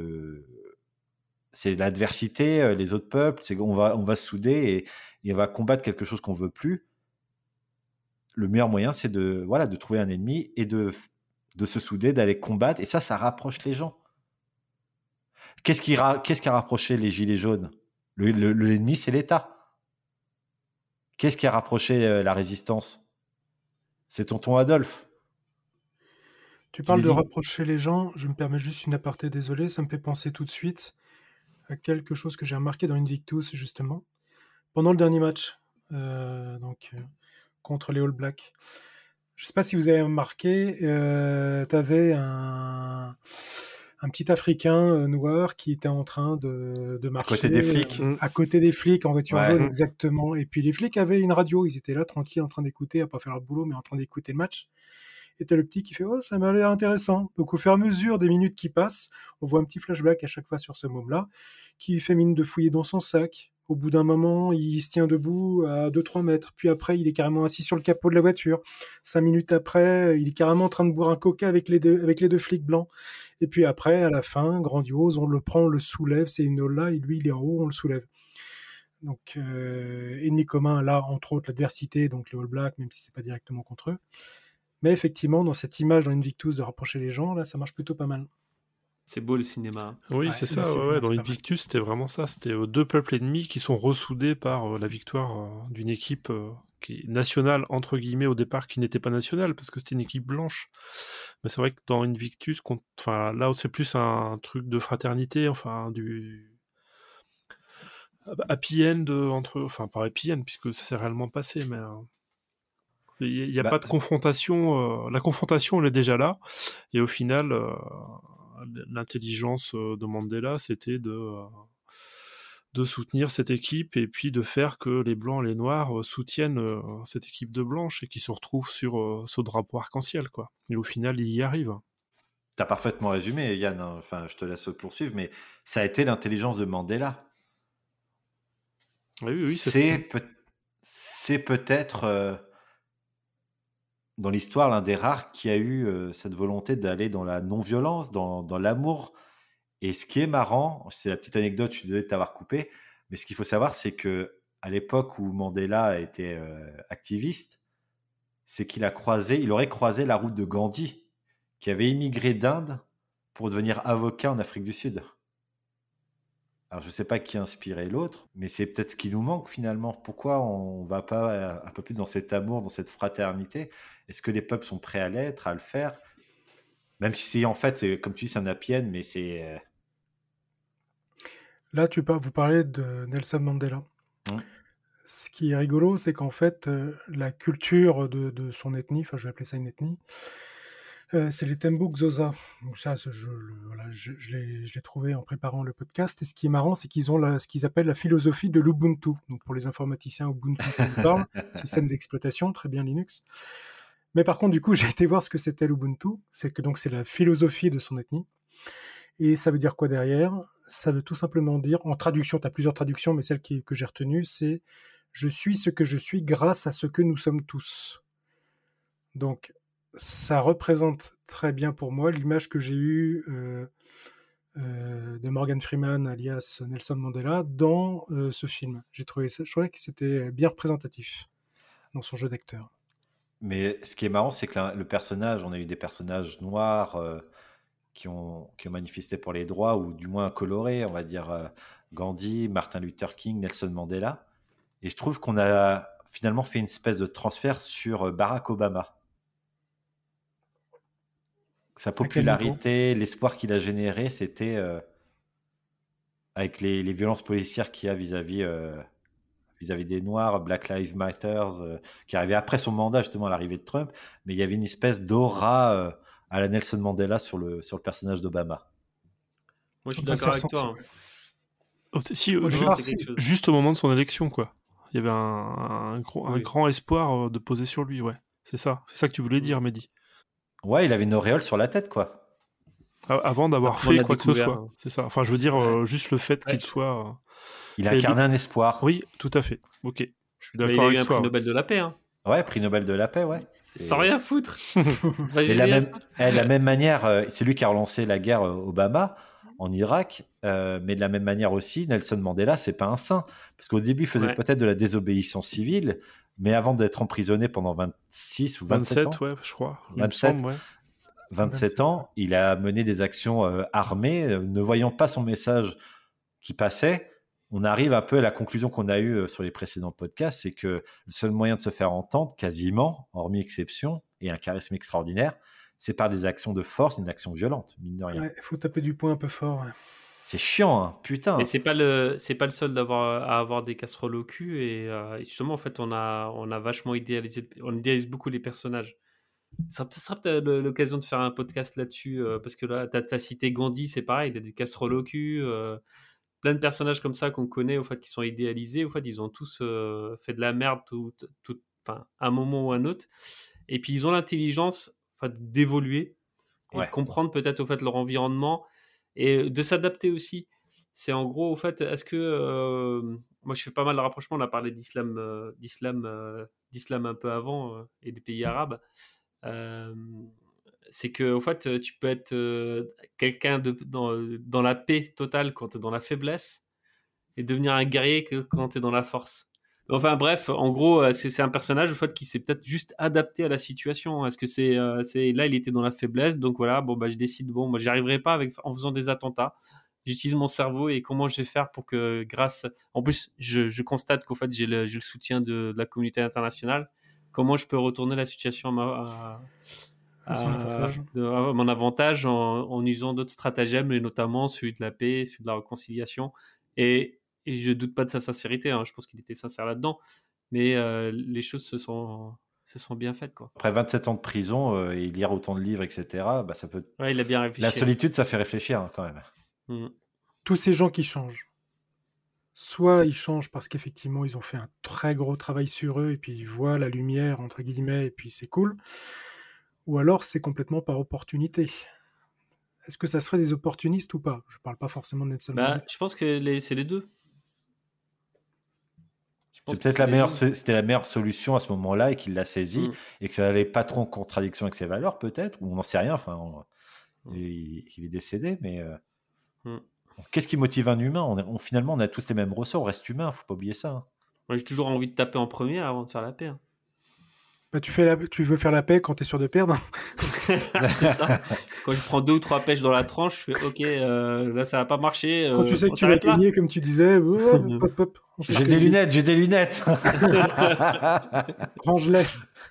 l'adversité, les autres peuples, on va souder et on va combattre quelque chose qu'on veut plus. Le meilleur moyen, c'est de trouver un ennemi et de se souder, d'aller combattre. Et ça rapproche les gens. Qu'est-ce qui a rapproché les Gilets jaunes? L'ennemi, c'est l'État. Qu'est-ce qui a rapproché la résistance? C'est tonton Adolphe. Tu parles de rapprocher les gens, je me permets juste une aparté, désolé, ça me fait penser tout de suite à quelque chose que j'ai remarqué dans Invictus, justement. Pendant le dernier match, contre les All Blacks, je ne sais pas si vous avez remarqué, tu avais un petit Africain noir qui était en train de marcher. À côté des flics. À côté des flics, en voiture jaune, exactement. Et puis les flics avaient une radio, ils étaient là, tranquilles, en train d'écouter, à pas faire leur boulot, mais en train d'écouter le match. Et t'as le petit qui fait « Oh, ça m'a l'air intéressant ». Donc au fur et à mesure des minutes qui passent, on voit un petit flashback à chaque fois sur ce môme-là, qui fait mine de fouiller dans son sac. Au bout d'un moment, il se tient debout à 2-3 mètres. Puis après, il est carrément assis sur le capot de la voiture. 5 minutes après, il est carrément en train de boire un coca avec les deux flics blancs. Et puis après, à la fin, grandiose, on le prend, on le soulève, c'est une là, et lui, il est en haut, on le soulève. Donc, ennemi commun, là, entre autres, l'adversité, donc les All Blacks, même si c'est pas directement contre eux. Mais effectivement, dans cette image dans Invictus de rapprocher les gens, là, ça marche plutôt pas mal. C'est beau le cinéma. Oui, c'est ça. Dans Invictus, c'était vraiment ça. C'était deux peuples ennemis qui sont ressoudés par la victoire d'une équipe qui est nationale, entre guillemets, au départ, qui n'était pas nationale, parce que c'était une équipe blanche. Mais c'est vrai que dans Invictus, là, c'est plus un truc de fraternité, du happy end entre eux. Enfin, pas happy end, puisque ça s'est réellement passé, mais... Il n'y a pas de confrontation. La confrontation, elle est déjà là. Et au final, l'intelligence de Mandela, c'était de soutenir cette équipe et puis de faire que les Blancs et les Noirs soutiennent cette équipe de Blanches et qui se retrouvent sur ce drapeau arc-en-ciel, quoi. Et au final, il y arrive. T'as parfaitement résumé, Yann. Enfin, je te laisse poursuivre, mais ça a été l'intelligence de Mandela. Oui, c'est peut-être... dans l'histoire, l'un des rares qui a eu cette volonté d'aller dans la non-violence, dans l'amour. Et ce qui est marrant, c'est la petite anecdote, je suis désolé de t'avoir coupé, mais ce qu'il faut savoir, c'est que à l'époque où Mandela était activiste, c'est qu'il aurait croisé la route de Gandhi, qui avait immigré d'Inde pour devenir avocat en Afrique du Sud. Alors, je ne sais pas qui a inspiré l'autre, mais c'est peut-être ce qui nous manque finalement. Pourquoi on ne va pas un peu plus dans cet amour, dans cette fraternité? Est-ce que les peuples sont prêts à l'être, à le faire? Même si c'est en fait, comme tu dis, c'est un happy end, mais c'est... Là, vous parlez de Nelson Mandela. Ce qui est rigolo, c'est qu'en fait, la culture de son ethnie, enfin je vais appeler ça une ethnie, c'est les Tembu Xhosa. Donc ça, je l'ai trouvé en préparant le podcast. Et ce qui est marrant, c'est qu'ils ont ce qu'ils appellent la philosophie de l'Ubuntu. Donc pour les informaticiens, Ubuntu, ça me parle. Système d'exploitation, très bien Linux. Mais par contre, du coup, j'ai été voir ce que c'était l'Ubuntu. C'est la philosophie de son ethnie. Et ça veut dire quoi derrière? Ça veut tout simplement dire, en traduction, tu as plusieurs traductions, mais celle que j'ai retenue, c'est « Je suis ce que je suis grâce à ce que nous sommes tous ». Donc, ça représente très bien pour moi l'image que j'ai eue de Morgan Freeman, alias Nelson Mandela, dans ce film. Je trouvais que c'était bien représentatif dans son jeu d'acteur. Mais ce qui est marrant, c'est que le personnage, on a eu des personnages noirs qui ont manifesté pour les droits, ou du moins colorés, on va dire Gandhi, Martin Luther King, Nelson Mandela. Et je trouve qu'on a finalement fait une espèce de transfert sur Barack Obama. sa popularité, l'espoir qu'il a généré, c'était avec les violences policières qu'il y a vis-à-vis des Noirs, Black Lives Matter, qui arrivait après son mandat, justement, à l'arrivée de Trump. Mais il y avait une espèce d'aura à la Nelson Mandela sur le personnage d'Obama. Moi, je suis d'accord avec toi. Juste au moment de son élection, quoi. Il y avait un grand espoir de poser sur lui, ouais. C'est ça que tu voulais dire, Mehdi. Ouais, il avait une auréole sur la tête, quoi. Avant d'avoir fait quoi que ce soit. C'est ça. Enfin, je veux dire, juste le fait qu'il soit... Il a incarné un espoir. Oui, tout à fait. Ok, je suis d'accord avec toi. Il a eu un prix Nobel de la paix. Hein. Ouais, prix Nobel de la paix, ouais. Sans rien foutre. De la même manière, c'est lui qui a relancé la guerre Obama en Irak, mais de la même manière aussi, Nelson Mandela, c'est pas un saint. Parce qu'au début, il faisait peut-être de la désobéissance civile, mais avant d'être emprisonné pendant 26 ou 27 ans, ouais, je crois. 27 ans, il a mené des actions armées, ne voyant pas son message qui passait. On arrive un peu à la conclusion qu'on a eue sur les précédents podcasts, c'est que le seul moyen de se faire entendre, quasiment, hormis exception, et un charisme extraordinaire, c'est par des actions de force, une action violente, mine de rien. Ouais, faut taper du poing un peu fort. Ouais. C'est chiant, hein, putain. Mais c'est pas le seul à avoir des casseroles au cul, et justement, en fait, on a vachement idéalisé, on idéalise beaucoup les personnages. Ça sera peut-être l'occasion de faire un podcast là-dessus, parce que là, t'as cité Gandhi, c'est pareil, il a des casseroles au cul, plein de personnages comme ça qu'on connaît, au fait, qui sont idéalisés, au fait, ils ont tous fait de la merde à un moment ou un autre, et puis ils ont l'intelligence d'évoluer et de comprendre peut-être au fait leur environnement et de s'adapter aussi. C'est en gros, au fait, est-ce que moi je fais pas mal de rapprochements, on a parlé d'islam un peu avant et des pays arabes. C'est que au fait tu peux être quelqu'un dans la paix totale quand tu es dans la faiblesse et devenir un guerrier quand tu es dans la force. Enfin bref, en gros, est-ce que c'est un personnage au fait qui s'est peut-être juste adapté à la situation? Est-ce que c'est là il était dans la faiblesse, donc voilà, bon bah je décide, bon moi j'y arriverai pas en faisant des attentats. J'utilise mon cerveau et comment je vais faire pour que en plus je constate qu'au fait j'ai le soutien de la communauté internationale. Comment je peux retourner la situation à mon avantage en usant d'autres stratagèmes, et notamment celui de la paix, celui de la réconciliation. Et je doute pas de sa sincérité, hein. Je pense qu'il était sincère là-dedans, mais les choses se sont bien faites, quoi. Après 27 ans de prison et lire autant de livres, etc., bah, ça peut... Ouais, il a bien réfléchi. La solitude, ça fait réfléchir hein, quand même. Tous ces gens qui changent, soit ils changent parce qu'effectivement ils ont fait un très gros travail sur eux et puis ils voient la lumière entre guillemets et puis c'est cool, ou alors c'est complètement par opportunité. Est-ce que ça serait des opportunistes ou pas? Je parle pas forcément de Nelson Mandela. Je pense que c'est les deux. C'est peut-être c'était la meilleure solution à ce moment-là et qu'il l'a saisi et que ça n'allait pas trop en contradiction avec ses valeurs peut-être, ou on n'en sait rien, enfin il est décédé, mais qu'est-ce qui motive un humain? Finalement on a tous les mêmes ressorts, on reste humain, faut pas oublier ça. Hein. Moi j'ai toujours envie de taper en premier avant de faire la paix. Hein. Bah, tu veux faire la paix quand t'es sûr de perdre. C'est ça. Quand je prends 2 ou 3 pêches dans la tranche, je fais ok, là ça va pas marcher. Quand tu sais que tu vas gagner, comme tu disais, pop. J'ai des lunettes. Range-les.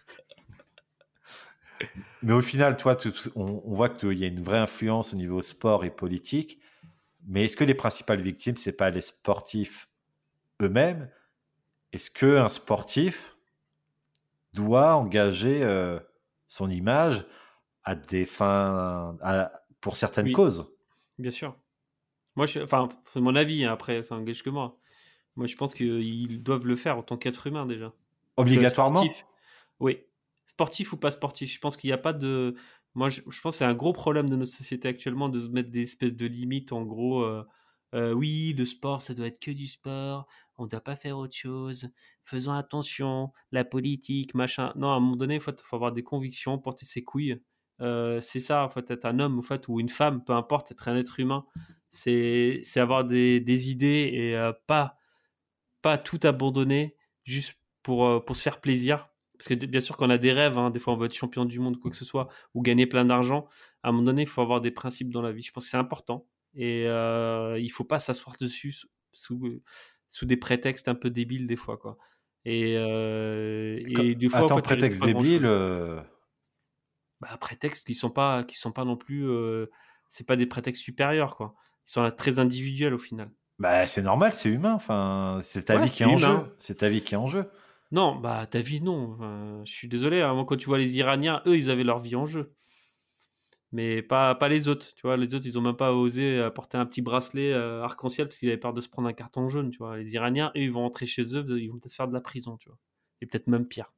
Mais au final, toi, on voit qu'il y a une vraie influence au niveau sport et politique. Mais est-ce que les principales victimes, c'est pas les sportifs eux-mêmes? Est-ce qu'un sportif doit engager son image à des fins, pour certaines causes? Bien sûr. Moi, c'est mon avis, hein, après, ça engage que moi. Moi, je pense qu'ils doivent le faire en tant qu'être humain, déjà. Obligatoirement? Sportif. Oui. Sportif ou pas sportif. Je pense qu'il n'y a pas de... Moi, je pense que c'est un gros problème de notre société actuellement de se mettre des espèces de limites. En gros, oui, le sport, ça doit être que du sport. On ne doit pas faire autre chose. Faisons attention. La politique, machin. Non, à un moment donné, il faut avoir des convictions, porter ses couilles. C'est ça, en fait, être un homme, en fait, ou une femme, peu importe, être un être humain. C'est avoir des idées et pas tout abandonner juste pour se faire plaisir. Parce que bien sûr qu'on a des rêves, hein, des fois on veut être champion du monde, quoi que ce soit, ou gagner plein d'argent. À un moment donné, il faut avoir des principes dans la vie. Je pense que c'est important. Et il faut pas s'asseoir dessus sous des prétextes un peu débiles des fois, quoi. Et des fois, attends, prétexte débile, prétextes qui sont pas non plus. C'est pas des prétextes supérieurs, quoi. Ils sont très individuels au final. Bah, c'est normal, c'est humain. Enfin, c'est ta vie qui est en jeu. C'est ta vie qui est en jeu. Non, ta vie, non. Enfin, je suis désolé. Hein, moi, quand tu vois les Iraniens, eux, ils avaient leur vie en jeu. Mais pas les autres. Tu vois, les autres, ils ont même pas osé porter un petit bracelet arc-en-ciel parce qu'ils avaient peur de se prendre un carton jaune. Tu vois, les Iraniens, eux, ils vont rentrer chez eux, ils vont peut-être faire de la prison, tu vois. Et peut-être même pire.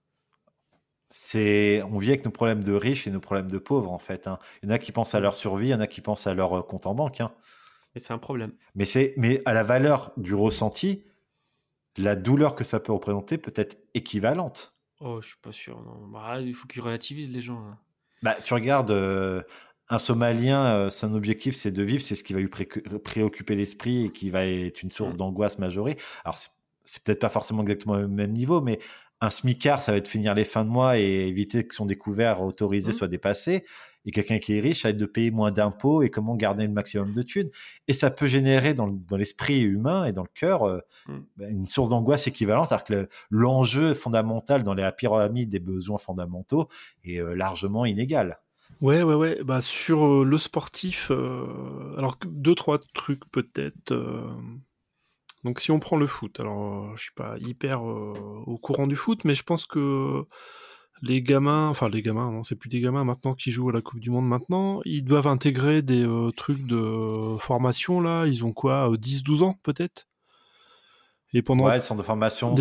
On vit avec nos problèmes de riches et nos problèmes de pauvres, en fait. Hein. Il y en a qui pensent à leur survie, il y en a qui pensent à leur compte en banque. Hein. Et c'est un problème. Mais à la valeur du ressenti, la douleur que ça peut représenter peut être équivalente. Oh, je suis pas sûr. Non. Il faut qu'ils relativisent les gens. Là. Tu regardes un Somalien, son objectif c'est de vivre, c'est ce qui va lui préoccuper l'esprit et qui va être une source d'angoisse majorée. Alors c'est peut-être pas forcément exactement au même niveau, mais un smicard, ça va être finir les fins de mois et éviter que son découvert autorisé soit dépassé. Et quelqu'un qui est riche, ça va être de payer moins d'impôts et comment garder le maximum de thunes. Et ça peut générer dans l'esprit humain et dans le cœur une source d'angoisse équivalente, alors que l'enjeu fondamental dans la pyramide des besoins fondamentaux est largement inégal. Ouais. Sur le sportif, alors 2-3 trucs peut-être. Donc si on prend le foot, alors je suis pas hyper au courant du foot, mais je pense que les gamins, non, c'est plus des gamins maintenant qui jouent à la Coupe du Monde maintenant, ils doivent intégrer des trucs de formation là, ils ont quoi, 10-12 ans peut-être. Et pendant des centres de formation,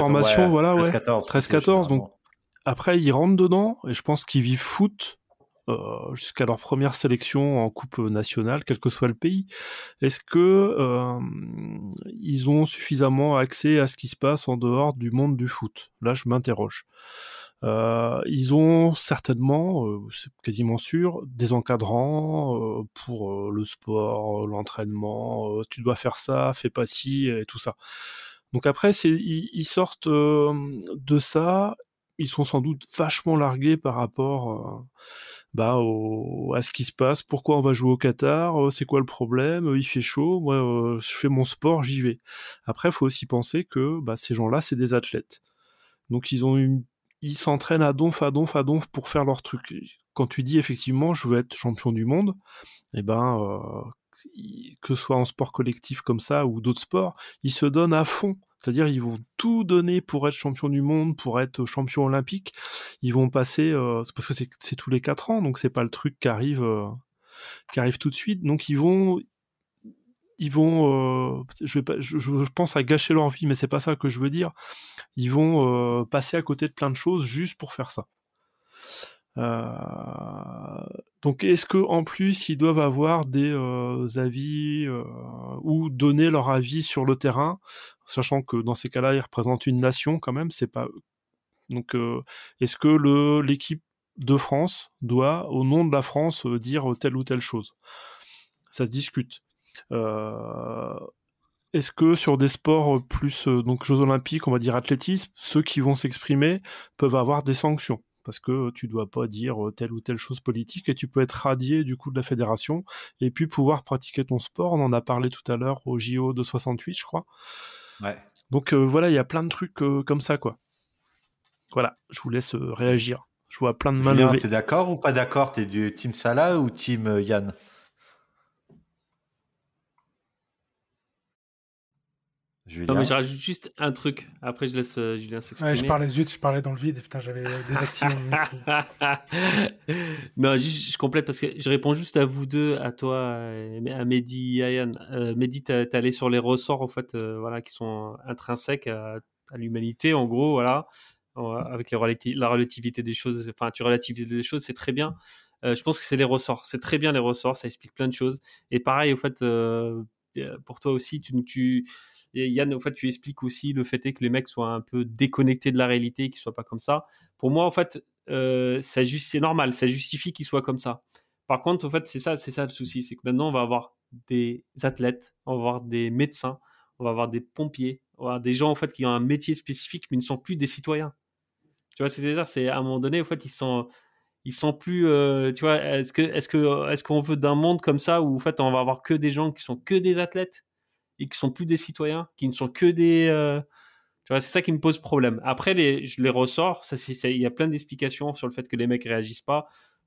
13-14, donc après ils rentrent dedans et je pense qu'ils vivent foot jusqu'à leur première sélection en Coupe nationale, quel que soit le pays. Est-ce que ils ont suffisamment accès à ce qui se passe en dehors du monde du foot ? Là, je m'interroge. Ils ont certainement, c'est quasiment sûr, des encadrants pour le sport, l'entraînement. Tu dois faire ça, fais pas ci et tout ça. Donc après, ils sortent de ça. Ils sont sans doute vachement largués par rapport à ce qui se passe. Pourquoi on va jouer au Qatar ? C'est quoi le problème ? Il fait chaud. Moi, je fais mon sport, j'y vais. Après, il faut aussi penser que ces gens-là, c'est des athlètes. Donc, ils s'entraînent à donf pour faire leur truc. Quand tu dis effectivement, je veux être champion du monde, que ce soit en sport collectif comme ça ou d'autres sports, ils se donnent à fond. C'est-à-dire, ils vont tout donner pour être champion du monde, pour être champion olympique. Ils vont passer, parce que c'est tous les 4 ans, donc c'est pas le truc qui arrive tout de suite. Donc ils vont, je pense à gâcher leur vie, mais c'est pas ça que je veux dire. Ils vont passer à côté de plein de choses juste pour faire ça. Donc est-ce que en plus ils doivent avoir des avis ou donner leur avis sur le terrain, sachant que dans ces cas-là ils représentent une nation quand même, c'est pas donc est-ce que l'équipe de France doit au nom de la France dire telle ou telle chose ? Ça se discute. Est-ce que sur des sports plus donc Jeux Olympiques, on va dire athlétisme, ceux qui vont s'exprimer peuvent avoir des sanctions ? Parce que tu dois pas dire telle ou telle chose politique et tu peux être radié du coup de la fédération et puis pouvoir pratiquer ton sport. On en a parlé tout à l'heure au JO de 68, je crois. Ouais. Donc voilà, il y a plein de trucs comme ça, quoi. Voilà, je vous laisse réagir. Je vois plein de mains levées. T'es d'accord ou pas d'accord ? T'es du team Salah ou team Yann ? Non, mais je rajoute juste un truc. Après, je laisse Julien s'exprimer. Ouais, je parlais dans le vide. Putain, j'avais désactivé mon micro. Non, je complète parce que je réponds juste à vous deux, à toi, à Mehdi et à Yann. Mehdi, t'es allé sur les ressorts, en fait, qui sont intrinsèques à l'humanité, en gros, voilà. Avec la relativité des choses. Enfin, tu relativises des choses, c'est très bien. Je pense que c'est les ressorts. C'est très bien les ressorts, ça explique plein de choses. Et pareil, au fait, pour toi aussi, et Yann, en fait, tu expliques aussi le fait est que les mecs soient un peu déconnectés de la réalité, qu'ils soient pas comme ça. Pour moi, en fait, c'est normal, ça justifie qu'ils soient comme ça. Par contre, en fait, c'est ça le souci, c'est que maintenant, on va avoir des athlètes, on va avoir des médecins, on va avoir des pompiers, on va avoir des gens en fait qui ont un métier spécifique, mais ils ne sont plus des citoyens. Tu vois, c'est à un moment donné, en fait, ils sont plus. Tu vois, est-ce qu'on veut d'un monde comme ça où en fait, on va avoir que des gens qui sont que des athlètes et qui sont plus des citoyens, qui ne sont que des. Tu vois, c'est ça qui me pose problème. Après, je les ressors. Il y a plein d'explications sur le fait que les mecs réagissent pas.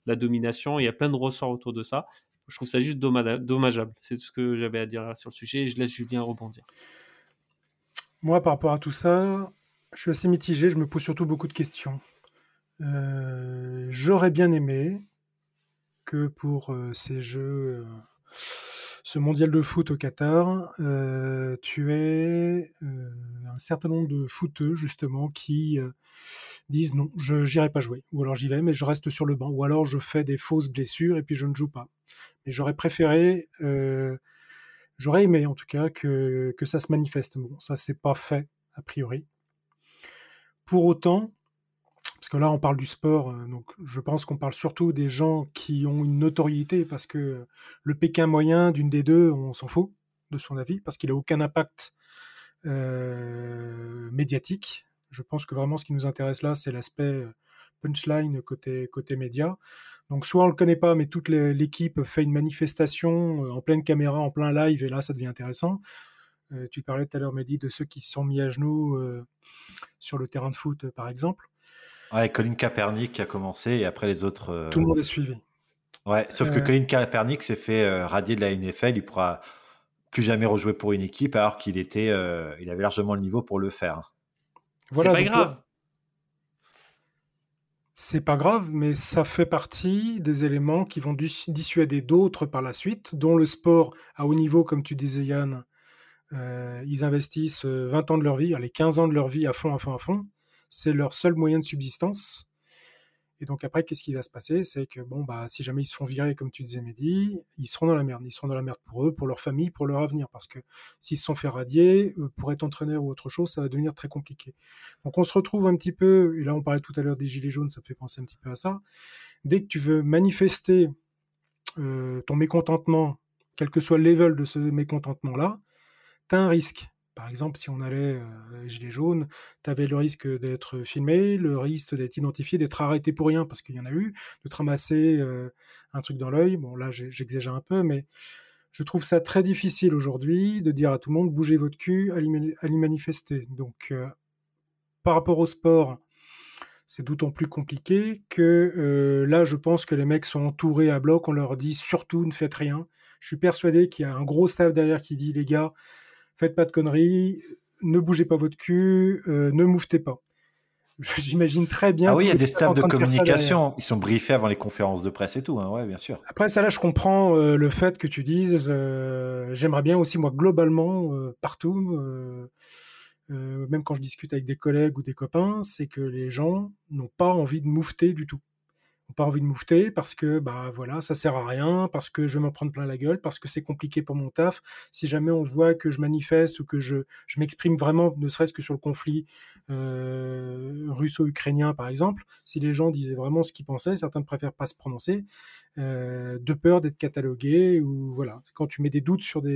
la domination. Il y a plein de ressorts autour de ça. Je trouve ça juste dommageable. C'est tout ce que j'avais à dire sur le sujet et je laisse Julien rebondir. Moi, par rapport à tout ça, je suis assez mitigé. Je me pose surtout beaucoup de questions. J'aurais bien aimé que pour ces jeux, ce mondial de foot au Qatar, tu aies un certain nombre de footeux, justement, qui disent non, je n'irai pas jouer. Ou alors j'y vais, mais je reste sur le banc. Ou alors je fais des fausses blessures et puis je ne joue pas. Mais j'aurais préféré, j'aurais aimé en tout cas que ça se manifeste. Bon, ça c'est pas fait, a priori. Pour autant, parce que là on parle du sport, donc je pense qu'on parle surtout des gens qui ont une notoriété, parce que le Pékin moyen d'une des deux, on s'en fout de son avis, parce qu'il n'a aucun impact médiatique. Je pense que vraiment ce qui nous intéresse là, c'est l'aspect punchline côté média. Donc soit on le connaît pas, mais toute l'équipe fait une manifestation en pleine caméra, en plein live, et là ça devient intéressant. Tu parlais tout à l'heure, Mehdi, de ceux qui se sont mis à genoux sur le terrain de foot, par exemple. Ouais, Colin Kaepernick qui a commencé et après les autres. Tout le monde est suivi. Ouais, sauf que Colin Kaepernick s'est fait radier de la NFL. Il pourra plus jamais rejouer pour une équipe alors qu'il il avait largement le niveau pour le faire. Voilà, c'est pas grave. C'est pas grave, mais ça fait partie des éléments qui vont dissuader d'autres par la suite, dont le sport à haut niveau, comme tu disais Yann. Ils investissent 20 ans de leur vie, allez, 15 ans de leur vie à fond. C'est leur seul moyen de subsistance. Et donc après, qu'est-ce qui va se passer ? C'est que si jamais ils se font virer, comme tu disais Mehdi, ils seront dans la merde. Ils seront dans la merde pour eux, pour leur famille, pour leur avenir. Parce que s'ils se sont fait radier, pour être entraîneur ou autre chose, ça va devenir très compliqué. Donc on se retrouve un petit peu, et là on parlait tout à l'heure des gilets jaunes, ça me fait penser un petit peu à ça. Dès que tu veux manifester ton mécontentement, quel que soit le level de ce mécontentement-là, tu as un risque. Par exemple, si on allait Gilets jaunes, tu avais le risque d'être filmé, le risque d'être identifié, d'être arrêté pour rien, parce qu'il y en a eu, de te ramasser un truc dans l'œil. Bon, là, j'exagère un peu, mais je trouve ça très difficile aujourd'hui de dire à tout le monde, bougez votre cul, allez manifester. Donc, par rapport au sport, c'est d'autant plus compliqué que là, je pense que les mecs sont entourés à bloc, on leur dit surtout ne faites rien. Je suis persuadé qu'il y a un gros staff derrière qui dit, les gars, faites pas de conneries, ne bougez pas votre cul, ne mouvetez pas. J'imagine très bien. Ah oui, il y a des staffs de communication. Ils sont briefés avant les conférences de presse et tout. Hein. Ouais, bien sûr. Après, ça là, je comprends le fait que tu dises, j'aimerais bien aussi, moi, globalement, partout, même quand je discute avec des collègues ou des copains, c'est que les gens n'ont pas envie de moufter du tout. N'ont pas envie de moufter parce que ça sert à rien, parce que je vais m'en prendre plein la gueule, parce que c'est compliqué pour mon taf. Si jamais on voit que je manifeste ou que je m'exprime vraiment, ne serait-ce que sur le conflit russo-ukrainien par exemple, si les gens disaient vraiment ce qu'ils pensaient, certains ne préfèrent pas se prononcer de peur d'être catalogués, ou voilà. Quand tu émets des doutes sur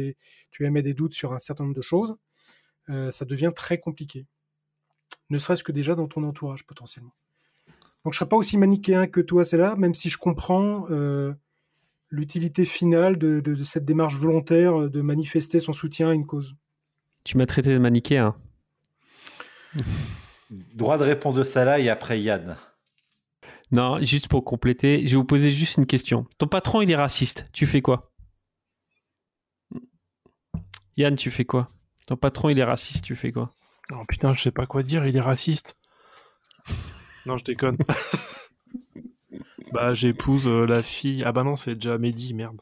un certain nombre de choses, ça devient très compliqué. Ne serait-ce que déjà dans ton entourage potentiellement. Donc je ne serais pas aussi manichéen que toi, c'est là, même si je comprends l'utilité finale de cette démarche volontaire de manifester son soutien à une cause. Tu m'as traité de manichéen. Droit de réponse de Salah et après Yann. Non, juste pour compléter, je vais vous poser juste une question. Ton patron, il est raciste. Tu fais quoi ? Yann, tu fais quoi ? Ton patron, il est raciste. Tu fais quoi ? Oh putain, je sais pas quoi dire, il est raciste. Non, je déconne. J'épouse la fille. Ah non, c'est déjà Mehdi, merde.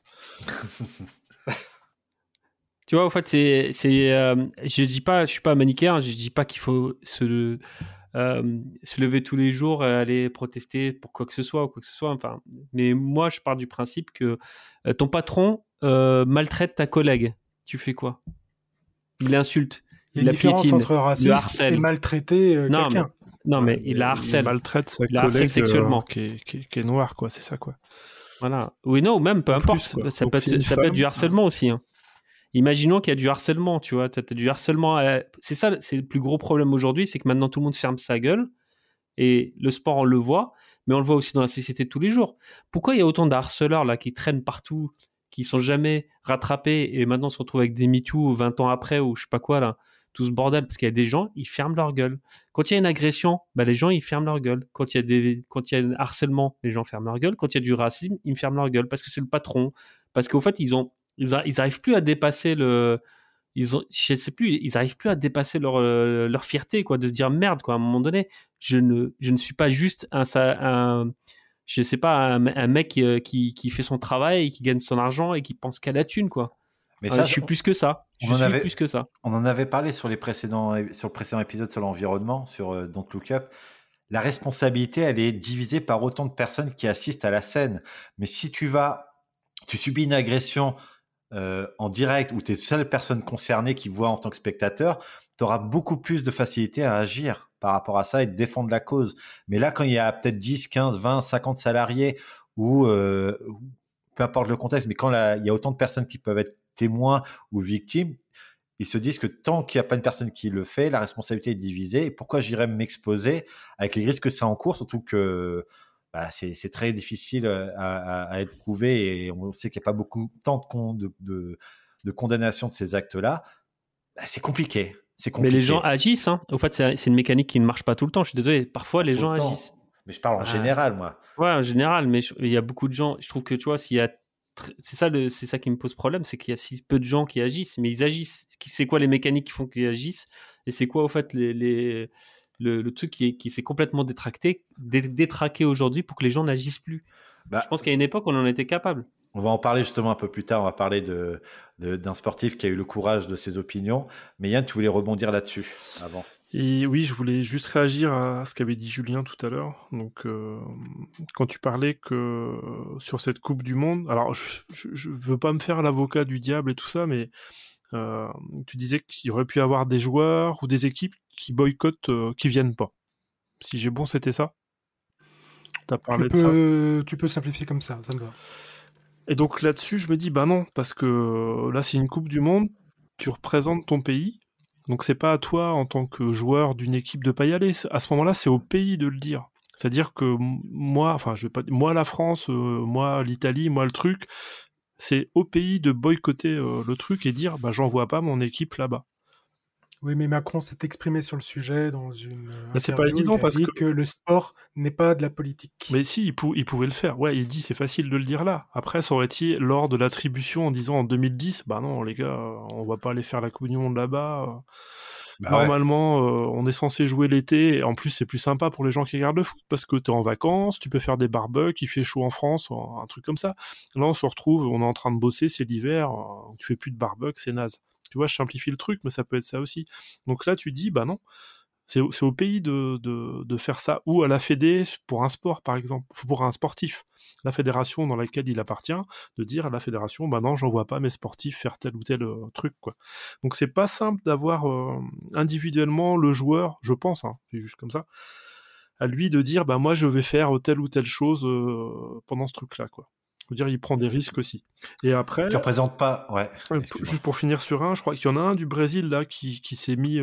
Tu vois, en fait, je dis pas, je suis pas manichéen, je dis pas qu'il faut se lever tous les jours et aller protester pour quoi que ce soit ou quoi que ce soit. Enfin, mais moi, je pars du principe que ton patron maltraite ta collègue. Tu fais quoi ? Il l'insulte. Il y a une différence entre raciste et maltraiter quelqu'un. Non, mais il la harcèle. Il maltraite sa collègue sexuellement. Qui est noire, quoi, c'est ça, quoi. Voilà. Oui, non, même, peu importe. Ça peut être du harcèlement aussi. Hein. Imaginons qu'il y a du harcèlement, tu vois. T'as du harcèlement. C'est ça, c'est le plus gros problème aujourd'hui, c'est que maintenant tout le monde ferme sa gueule. Et le sport, on le voit, mais on le voit aussi dans la société de tous les jours. Pourquoi il y a autant de harceleurs là, qui traînent partout, qui ne sont jamais rattrapés et maintenant se retrouvent avec des MeToo 20 ans après ou je sais pas quoi là ? tout ce bordel, parce qu'il y a des gens, ils ferment leur gueule. Quand il y a une agression, les gens, ils ferment leur gueule. Quand il y a un harcèlement, les gens ferment leur gueule. Quand il y a du racisme, ils ferment leur gueule, parce que c'est le patron. Parce qu'au fait, ils arrivent plus à dépasser ils arrivent plus à dépasser leur fierté, quoi, de se dire merde, quoi. À un moment donné, je ne suis pas juste je sais pas, un mec qui fait son travail et qui gagne son argent et qui pense qu'à la thune, quoi. Mais ça, je suis plus que ça. Plus que ça. On en avait parlé sur le précédent épisode sur l'environnement, sur Don't Look Up. La responsabilité, elle est divisée par autant de personnes qui assistent à la scène. Mais si tu subis une agression en direct où tu es la seule personne concernée qui voit en tant que spectateur, tu auras beaucoup plus de facilité à agir par rapport à ça et de défendre la cause. Mais là, quand il y a peut-être 10, 15, 20, 50 salariés ou peu importe le contexte, mais quand il y a autant de personnes qui peuvent être témoins ou victimes, ils se disent que tant qu'il n'y a pas une personne qui le fait, la responsabilité est divisée. Et pourquoi j'irais m'exposer avec les risques que ça encourt, surtout que c'est très difficile à être prouvé et on sait qu'il n'y a pas tant de condamnation de ces actes-là. C'est compliqué. Mais les gens agissent. Hein. Au fait, c'est une mécanique qui ne marche pas tout le temps. Je suis désolé. Parfois, les gens agissent. Mais je parle en général, moi. Ouais, en général. Mais il y a beaucoup de gens. Je trouve que, tu vois, c'est ça qui me pose problème, c'est qu'il y a si peu de gens qui agissent, mais ils agissent. C'est quoi les mécaniques qui font qu'ils agissent? Et c'est quoi, au fait, le truc qui s'est complètement détraqué aujourd'hui pour que les gens n'agissent plus? Je pense qu'à une époque, on en était capable. On va en parler justement un peu plus tard. On va parler d'un sportif qui a eu le courage de ses opinions. Mais Yann, tu voulais rebondir là-dessus avant. Et oui, je voulais juste réagir à ce qu'avait dit Julien tout à l'heure. Donc, quand tu parlais que sur cette Coupe du Monde, alors je veux pas me faire l'avocat du diable et tout ça, mais tu disais qu'il aurait pu y avoir des joueurs ou des équipes qui boycottent, qui viennent pas. Si j'ai bon, c'était ça? T'as parlé de ça. Tu peux simplifier comme ça me va. Et donc là-dessus, je me dis, non, parce que là, c'est une Coupe du Monde, tu représentes ton pays, donc c'est pas à toi, en tant que joueur d'une équipe, de pas y aller. À ce moment-là, c'est au pays de le dire. C'est-à-dire que moi, la France, moi l'Italie, moi le truc, c'est au pays de boycotter le truc et dire, j'envoie pas mon équipe là-bas. Oui, mais Macron s'est exprimé sur le sujet dans une c'est pas évident parce que le sport n'est pas de la politique. Mais si, il pouvait le faire. Ouais, il dit c'est facile de le dire là. Après, ça aurait été lors de l'attribution en disant en 2010, non les gars, on va pas aller faire la Coupe du Monde là-bas. Normalement, on est censé jouer l'été. Et en plus, c'est plus sympa pour les gens qui regardent le foot parce que t'es en vacances, tu peux faire des barbecues, il fait chaud en France, un truc comme ça. Là, on se retrouve, on est en train de bosser, c'est l'hiver, tu fais plus de barbecue, c'est naze. Tu vois, je simplifie le truc, mais ça peut être ça aussi. Donc là, tu dis, non, c'est au pays de faire ça, ou à la fédé pour un sport, par exemple, pour un sportif. La fédération dans laquelle il appartient, de dire à la fédération, non, j'envoie pas mes sportifs faire tel ou tel truc, quoi. Donc c'est pas simple d'avoir individuellement le joueur, je pense, c'est juste comme ça, à lui de dire, moi je vais faire telle ou telle chose pendant ce truc-là, quoi. Je veux dire, il prend des risques aussi. Et après... Tu représentes pas... Ouais. Juste pour finir sur je crois qu'il y en a un du Brésil, là, qui s'est mis...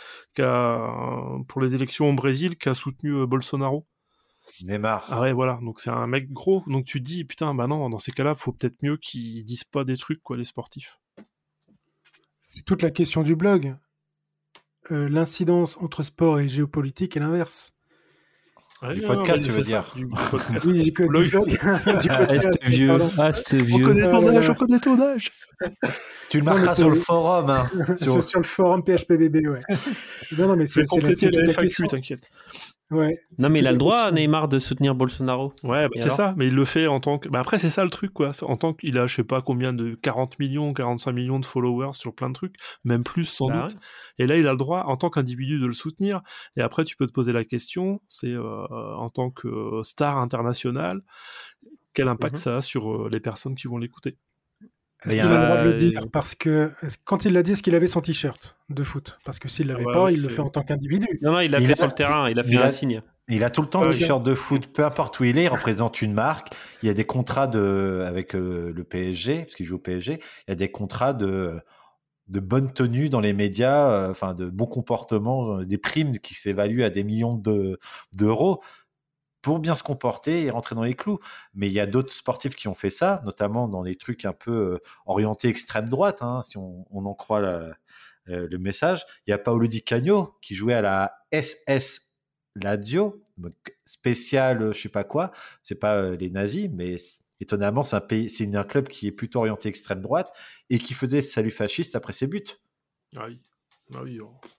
pour les élections au Brésil, qui a soutenu Bolsonaro. Neymar. Ah ouais, voilà. Donc c'est un mec gros. Donc tu te dis, putain, non, dans ces cas-là, faut peut-être mieux qu'ils disent pas des trucs, quoi, les sportifs. C'est toute la question du blog. L'incidence entre sport et géopolitique est l'inverse. Du podcast, tu veux dire? Oui, du podcast. C'est vieux. C'est vieux. On connaît ton âge. Tu le marqueras sur le forum. Sur le forum PHPBB, ouais. Non, mais c'est la question. T'inquiète. Ouais, non, mais il a le droit, Neymar, de soutenir Bolsonaro. Ouais, c'est ça. Mais il le fait en tant que... après, c'est ça le truc, quoi. En tant qu'il a, je sais pas combien de 40 millions, 45 millions de followers sur plein de trucs, même plus sans doute. Ouais. Et là, il a le droit, en tant qu'individu, de le soutenir. Et après, tu peux te poser la question, c'est en tant que star internationale, quel impact ça a sur les personnes qui vont l'écouter? Est-ce qu'il a le droit de le dire? Parce que quand il l'a dit, est-ce qu'il avait son t-shirt de foot? Parce que s'il l'avait pas, il le fait en tant qu'individu. Non, il l'a fait sur le terrain, il a fait un signe. Il a tout le temps le t-shirt de foot, peu importe où il est, il représente une marque. Il y a des contrats avec le PSG, parce qu'il joue au PSG, il y a des contrats de bonne tenue dans les médias, de bon comportement, des primes qui s'évaluent à des millions d'euros. Pour bien se comporter et rentrer dans les clous. Mais il y a d'autres sportifs qui ont fait ça, notamment dans des trucs un peu orientés extrême droite, si on en croit le message. Il y a Paolo Di Canio qui jouait à la SS Lazio, spécial, je sais pas quoi. C'est pas les nazis, mais étonnamment, c'est un club qui est plutôt orienté extrême droite et qui faisait salut fasciste après ses buts. Ah oui.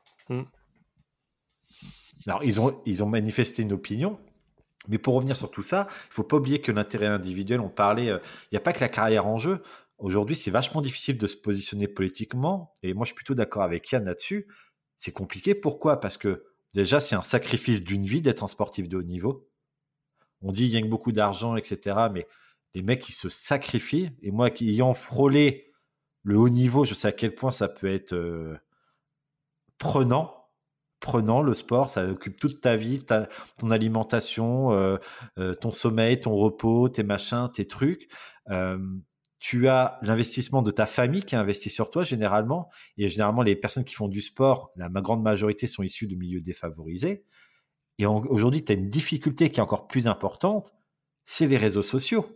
Alors, ils ont manifesté une opinion, mais pour revenir sur tout ça, il faut pas oublier que l'intérêt individuel, on parlait, il n'y a pas que la carrière en jeu. Aujourd'hui, c'est vachement difficile de se positionner politiquement, et moi, je suis plutôt d'accord avec Yann là-dessus. C'est compliqué. Pourquoi ? Parce que déjà, c'est un sacrifice d'une vie d'être un sportif de haut niveau. On dit qu'il gagne beaucoup d'argent, etc., mais les mecs, ils se sacrifient. Et moi, ayant frôlé le haut niveau, je sais à quel point ça peut être prenant, le sport, ça occupe toute ta vie, ton alimentation, ton sommeil, ton repos, tes machins, tes trucs. Tu as l'investissement de ta famille qui a investi sur toi généralement. Et généralement, les personnes qui font du sport, la grande majorité sont issues de milieux défavorisés. Et aujourd'hui, tu as une difficulté qui est encore plus importante, c'est les réseaux sociaux.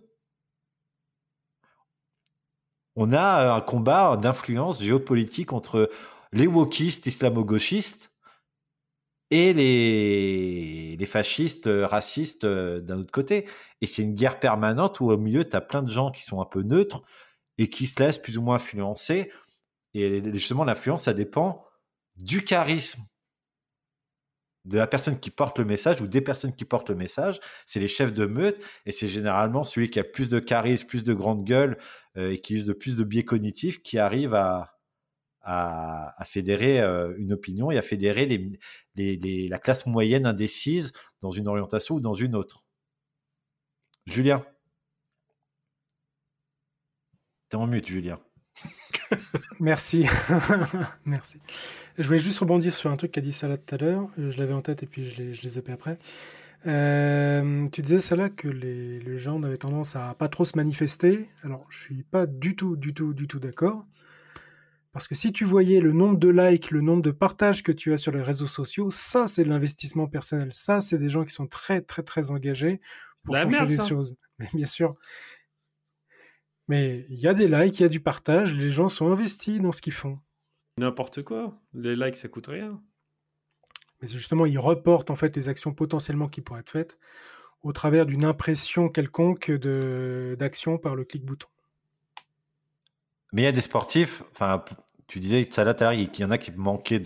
On a un combat d'influence géopolitique entre les wokistes islamo-gauchistes et les fascistes racistes d'un autre côté. Et c'est une guerre permanente où au milieu, tu as plein de gens qui sont un peu neutres et qui se laissent plus ou moins influencer. Et justement, l'influence, ça dépend du charisme de la personne qui porte le message ou des personnes qui portent le message. C'est les chefs de meute et c'est généralement celui qui a plus de charisme, plus de grande gueule et qui use de plus de biais cognitifs qui arrive à fédérer une opinion et à fédérer la classe moyenne indécise dans une orientation ou dans une autre. Julien. T'es en mute, Julien. Merci. Merci. Je voulais juste rebondir sur un truc qu'a dit Salah tout à l'heure. Je l'avais en tête et puis je l'ai zappé après. Tu disais, Salah, que les gens avaient tendance à pas trop se manifester. Alors, je suis pas du tout d'accord. Parce que si tu voyais le nombre de likes, le nombre de partages que tu as sur les réseaux sociaux, ça, c'est de l'investissement personnel. Ça, c'est des gens qui sont très, très, très engagés pour changer les choses. Mais bien sûr. Mais il y a des likes, il y a du partage, les gens sont investis dans ce qu'ils font. N'importe quoi. Les likes, ça coûte rien. Mais justement, ils reportent en fait les actions potentiellement qui pourraient être faites au travers d'une impression quelconque d'action par le clic-bouton. Mais il y a des sportifs, enfin, tu disais que Salah, qu'il y en a qui manquaient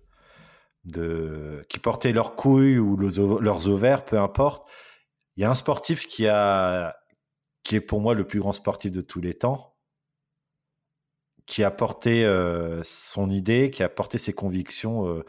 qui portaient leurs couilles ou leurs ovaires, peu importe. Il y a un sportif qui est pour moi le plus grand sportif de tous les temps, qui a porté son idée, qui a porté ses convictions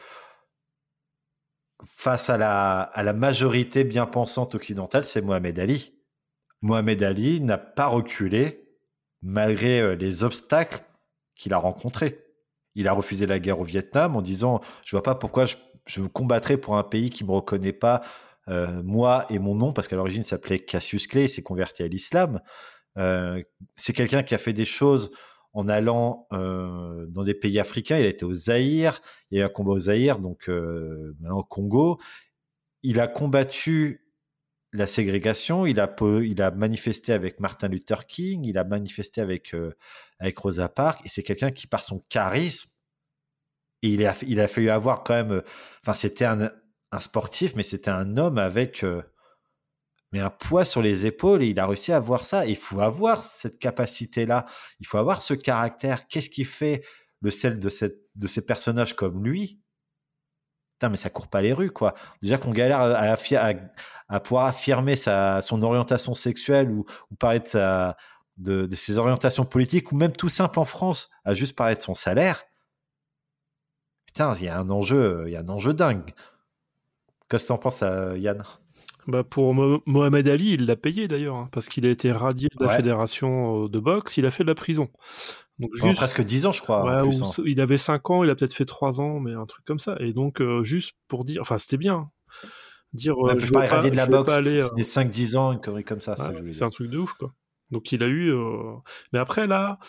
face à la majorité bien pensante occidentale, c'est Mohamed Ali. Mohamed Ali n'a pas reculé malgré les obstacles qu'il a rencontrés. Il a refusé la guerre au Vietnam en disant « Je vois pas pourquoi je me combattrais pour un pays qui me reconnaît pas moi et mon nom », parce qu'à l'origine, il s'appelait Cassius Clay, il s'est converti à l'islam. C'est quelqu'un qui a fait des choses en allant dans des pays africains. Il a été au Zaïre, il y a eu un combat au Zaïre, donc maintenant au Congo. Il a combattu la ségrégation, il a manifesté avec Martin Luther King, il a manifesté avec Rosa Parks, et c'est quelqu'un qui, par son charisme, et il a fallu avoir quand même, enfin c'était un sportif, mais c'était un homme avec mais un poids sur les épaules, et il a réussi à avoir ça. Et il faut avoir cette capacité-là, il faut avoir ce caractère. Qu'est-ce qui fait le sel de ces personnages comme lui? Putain, mais ça court pas les rues, quoi. Déjà qu'on galère à pouvoir affirmer son orientation sexuelle ou parler de ses orientations politiques, ou même tout simple en France, à juste parler de son salaire. Putain, il y a un enjeu dingue. Qu'est-ce que t'en penses, Yann? Bah pour Mohamed Ali, il l'a payé d'ailleurs, hein, parce qu'il a été radié de la fédération de boxe, il a fait de la prison. Donc juste, presque 10 ans, je crois. Ouais, en plus, hein. Il avait 5 ans, il a peut-être fait 3 ans, mais un truc comme ça. Et donc, juste pour dire, enfin, c'était bien. Dire, je veux pas radier de la boxe, c'était 5-10 ans, une connerie comme ça. Ouais, ça que je voulais c'est dire. un truc de ouf, quoi. Donc, il a eu. Mais après, là,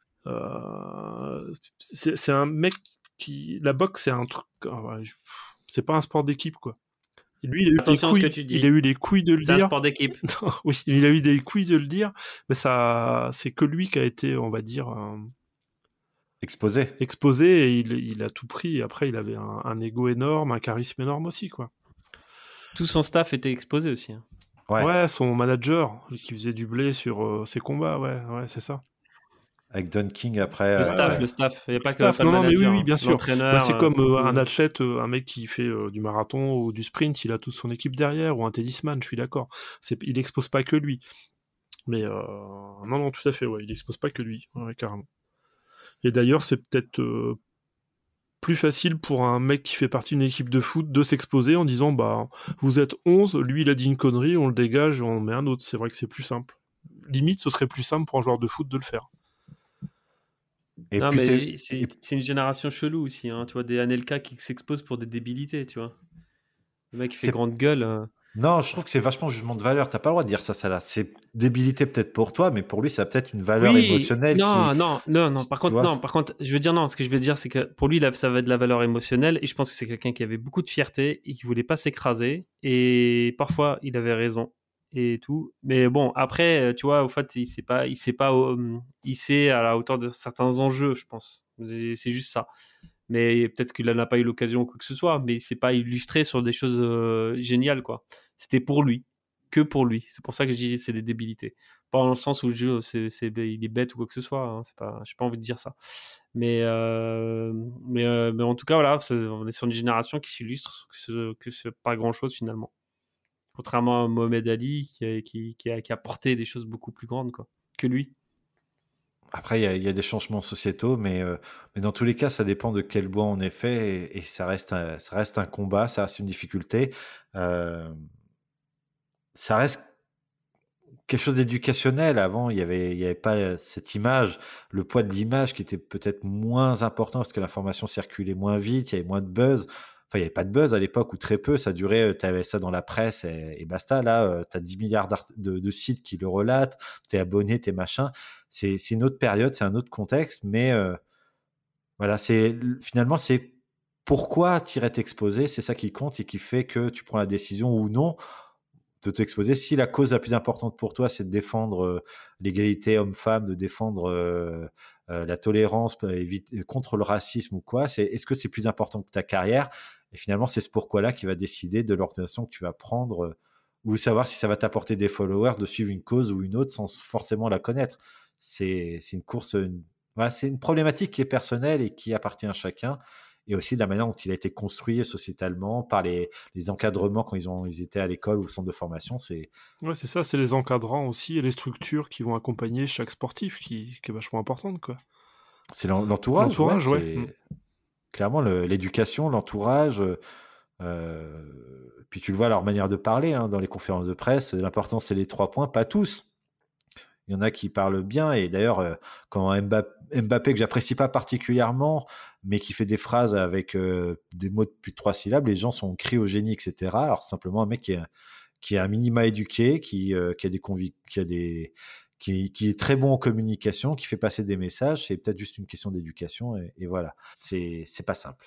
c'est un mec qui. La boxe, c'est un truc. C'est pas un sport d'équipe, quoi. Et lui, il a eu les couilles de le dire. C'est un sport d'équipe. Oui, il a eu des couilles de le dire, mais ça, c'est que lui qui a été, on va dire. exposé. Et il a tout pris. Et après, il avait un ego énorme, un charisme énorme aussi, quoi. Tout son staff était exposé aussi. Hein. Ouais, son manager qui faisait du blé sur ses combats, ouais, c'est ça. Avec Don King après. Le staff. Il n'y a pas que staff. pas le manager. Oui, bien sûr. L'entraîneur. C'est comme un athlète, un mec qui fait du marathon ou du sprint, il a toute son équipe derrière, ou un tennisman, je suis d'accord. Il expose pas que lui. Mais non, tout à fait, ouais, il expose pas que lui, ouais, carrément. Et d'ailleurs, c'est peut-être plus facile pour un mec qui fait partie d'une équipe de foot de s'exposer en disant bah vous êtes 11, lui il a dit une connerie, on le dégage, on met un autre. C'est vrai que c'est plus simple. Limite, ce serait plus simple pour un joueur de foot de le faire. Et non, mais c'est une génération chelou aussi, hein. Tu vois, des Anelka qui s'exposent pour des débilités, tu vois. Le mec qui fait grande gueule. Non, je trouve que c'est vachement jugement de valeur. T'as pas le droit de dire ça là. C'est débilité peut-être pour toi, mais pour lui, ça a peut-être une valeur émotionnelle. Non. Par contre, je veux dire non. Ce que je veux dire, c'est que pour lui, là, ça va être de la valeur émotionnelle. Et je pense que c'est quelqu'un qui avait beaucoup de fierté et qui voulait pas s'écraser. Et parfois, il avait raison et tout. Mais bon, après, tu vois, au fait, il sait à la hauteur de certains enjeux, je pense. C'est juste ça. Mais peut-être qu'il n'a pas eu l'occasion ou quoi que ce soit, mais il s'est pas illustré sur des choses géniales, quoi. C'était pour lui, que pour lui. C'est pour ça que je dis c'est des débilités. Pas dans le sens où il est bête ou quoi que ce soit. Hein. J'ai pas envie de dire ça. Mais en tout cas, voilà, on est sur une génération qui s'illustre que c'est pas grand-chose finalement. Contrairement à Mohamed Ali qui a porté des choses beaucoup plus grandes, quoi, que lui. Après, il y a des changements sociétaux, mais dans tous les cas, ça dépend de quel bois on est fait, et ça reste un combat, ça reste une difficulté. Ça reste quelque chose d'éducationnel. Avant, il y avait pas cette image, le poids de l'image qui était peut-être moins important parce que l'information circulait moins vite, il y avait moins de buzz. Enfin, il n'y avait pas de buzz à l'époque, ou très peu. Ça durait, tu avais ça dans la presse et basta. Là, tu as 10 milliards de sites qui le relatent, tu es abonné, t'es machin. C'est une autre période, c'est un autre contexte, mais voilà, finalement, c'est pourquoi tu irais t'exposer, c'est ça qui compte et qui fait que tu prends la décision ou non de t'exposer. Si la cause la plus importante pour toi, c'est de défendre l'égalité homme-femme, de défendre la tolérance contre le racisme ou quoi, est-ce que c'est plus important que ta carrière? Et finalement, c'est ce pourquoi-là qui va décider de l'orientation que tu vas prendre ou savoir si ça va t'apporter des followers, de suivre une cause ou une autre sans forcément la connaître. C'est une course, voilà, c'est une problématique qui est personnelle et qui appartient à chacun. Et aussi de la manière dont il a été construit sociétalement par les encadrements quand ils étaient à l'école ou au centre de formation. Ouais, c'est ça, c'est les encadrants aussi et les structures qui vont accompagner chaque sportif qui est vachement importante, quoi. C'est l'entourage. L'entourage, ouais. Clairement, l'éducation, l'entourage. Puis tu le vois, leur manière de parler dans les conférences de presse. L'important, c'est les 3 points, pas tous. Il y en a qui parlent bien, et d'ailleurs, quand Mbappé, que j'apprécie pas particulièrement, mais qui fait des phrases avec des mots de plus de 3 syllabes, les gens sont cryogéniques, etc. Alors, c'est simplement un mec qui est un minima éduqué, qui est très bon en communication, qui fait passer des messages. C'est peut-être juste une question d'éducation, et voilà. C'est pas simple.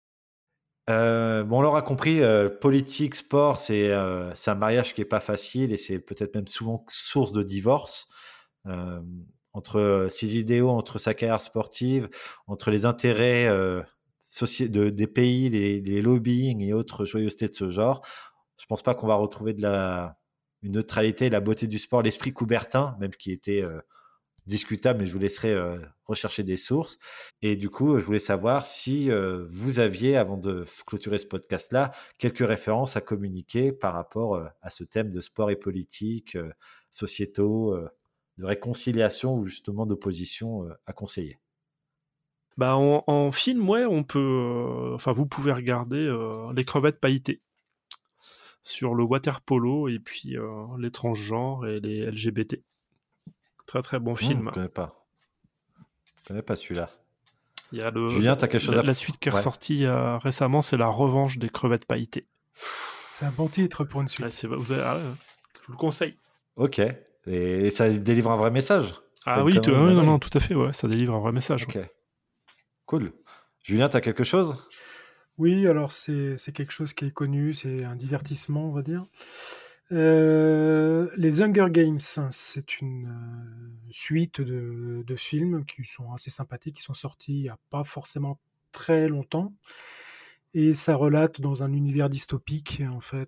On l'aura compris, politique, sport, c'est un mariage qui est pas facile, et c'est peut-être même souvent source de divorce entre ses idéaux, entre sa carrière sportive, entre les intérêts des pays, les lobbying et autres joyeusetés de ce genre. Je pense pas qu'on va retrouver une neutralité, la beauté du sport, l'esprit Coubertin, même qui était discutable, mais je vous laisserai rechercher des sources. Et du coup, je voulais savoir si vous aviez, avant de clôturer ce podcast-là, quelques références à communiquer par rapport à ce thème de sport et politique, sociétaux, de réconciliation ou justement d'opposition à conseiller. Bah, en film, ouais, on peut. Vous pouvez regarder Les crevettes pailletées sur le water polo et puis les transgenres et les LGBT. Très très bon film. Je connais pas. Je connais pas celui-là. Il y a Julien, t'as quelque chose la suite qui est ressortie récemment, c'est La revanche des crevettes pailletées. C'est un bon titre pour une suite. Je vous le conseille. Ok. Et ça délivre un vrai message. Ah oui, non, tout à fait, ouais, ça délivre un vrai message. Ok. Cool. Julien, t'as quelque chose ? Oui, alors c'est quelque chose qui est connu, c'est un divertissement, on va dire. Les Hunger Games, c'est une suite de films qui sont assez sympathiques, qui sont sortis il n'y a pas forcément très longtemps. Et ça relate dans un univers dystopique, en fait,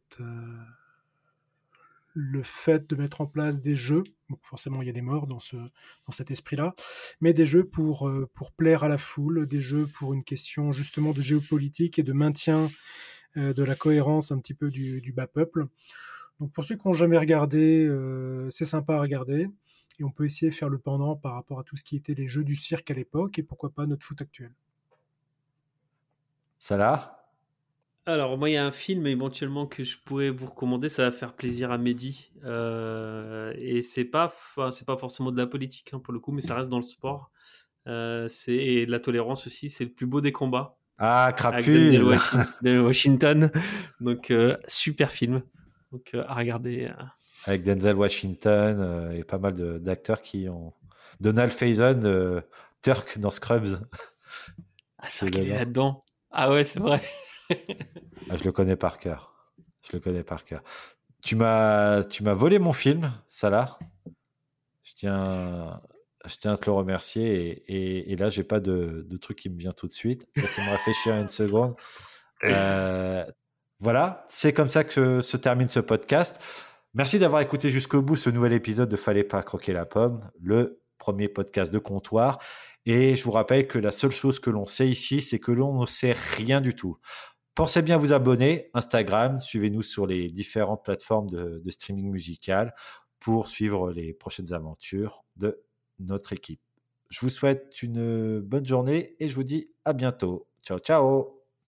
le fait de mettre en place des jeux. Donc forcément, il y a des morts dans cet esprit-là, mais des jeux pour plaire à la foule, des jeux pour une question justement de géopolitique et de maintien de la cohérence un petit peu du bas peuple. Donc pour ceux qui n'ont jamais regardé, c'est sympa à regarder. Et on peut essayer de faire le pendant par rapport à tout ce qui était les jeux du cirque à l'époque et pourquoi pas notre foot actuel. Salah ? Alors, moi, il y a un film éventuellement que je pourrais vous recommander, ça va faire plaisir à Mehdi. Et c'est pas forcément de la politique pour le coup, mais ça reste dans le sport. Et de la tolérance aussi, c'est Le plus beau des combats. Ah, Avec Denzel Crapule. Washington. Donc, super film. Donc, à regarder. Avec Denzel Washington et pas mal d'acteurs qui ont... Donald Faison, Turk dans Scrubs. Ah, c'est vrai qu'il est là-dedans. Ah ouais, c'est vrai. Je le connais par cœur. Tu m'as volé mon film, Salah. Je tiens à te le remercier. Et là, j'ai pas de truc qui me vient tout de suite. Laissez-moi réfléchir une seconde. Voilà, c'est comme ça que se termine ce podcast. Merci d'avoir écouté jusqu'au bout ce nouvel épisode de Fallait pas croquer la pomme, le premier podcast de comptoir. Et je vous rappelle que la seule chose que l'on sait ici, c'est que l'on ne sait rien du tout. Pensez bien à vous abonner, Instagram, suivez-nous sur les différentes plateformes de streaming musical pour suivre les prochaines aventures de notre équipe. Je vous souhaite une bonne journée et je vous dis à bientôt. Ciao, ciao!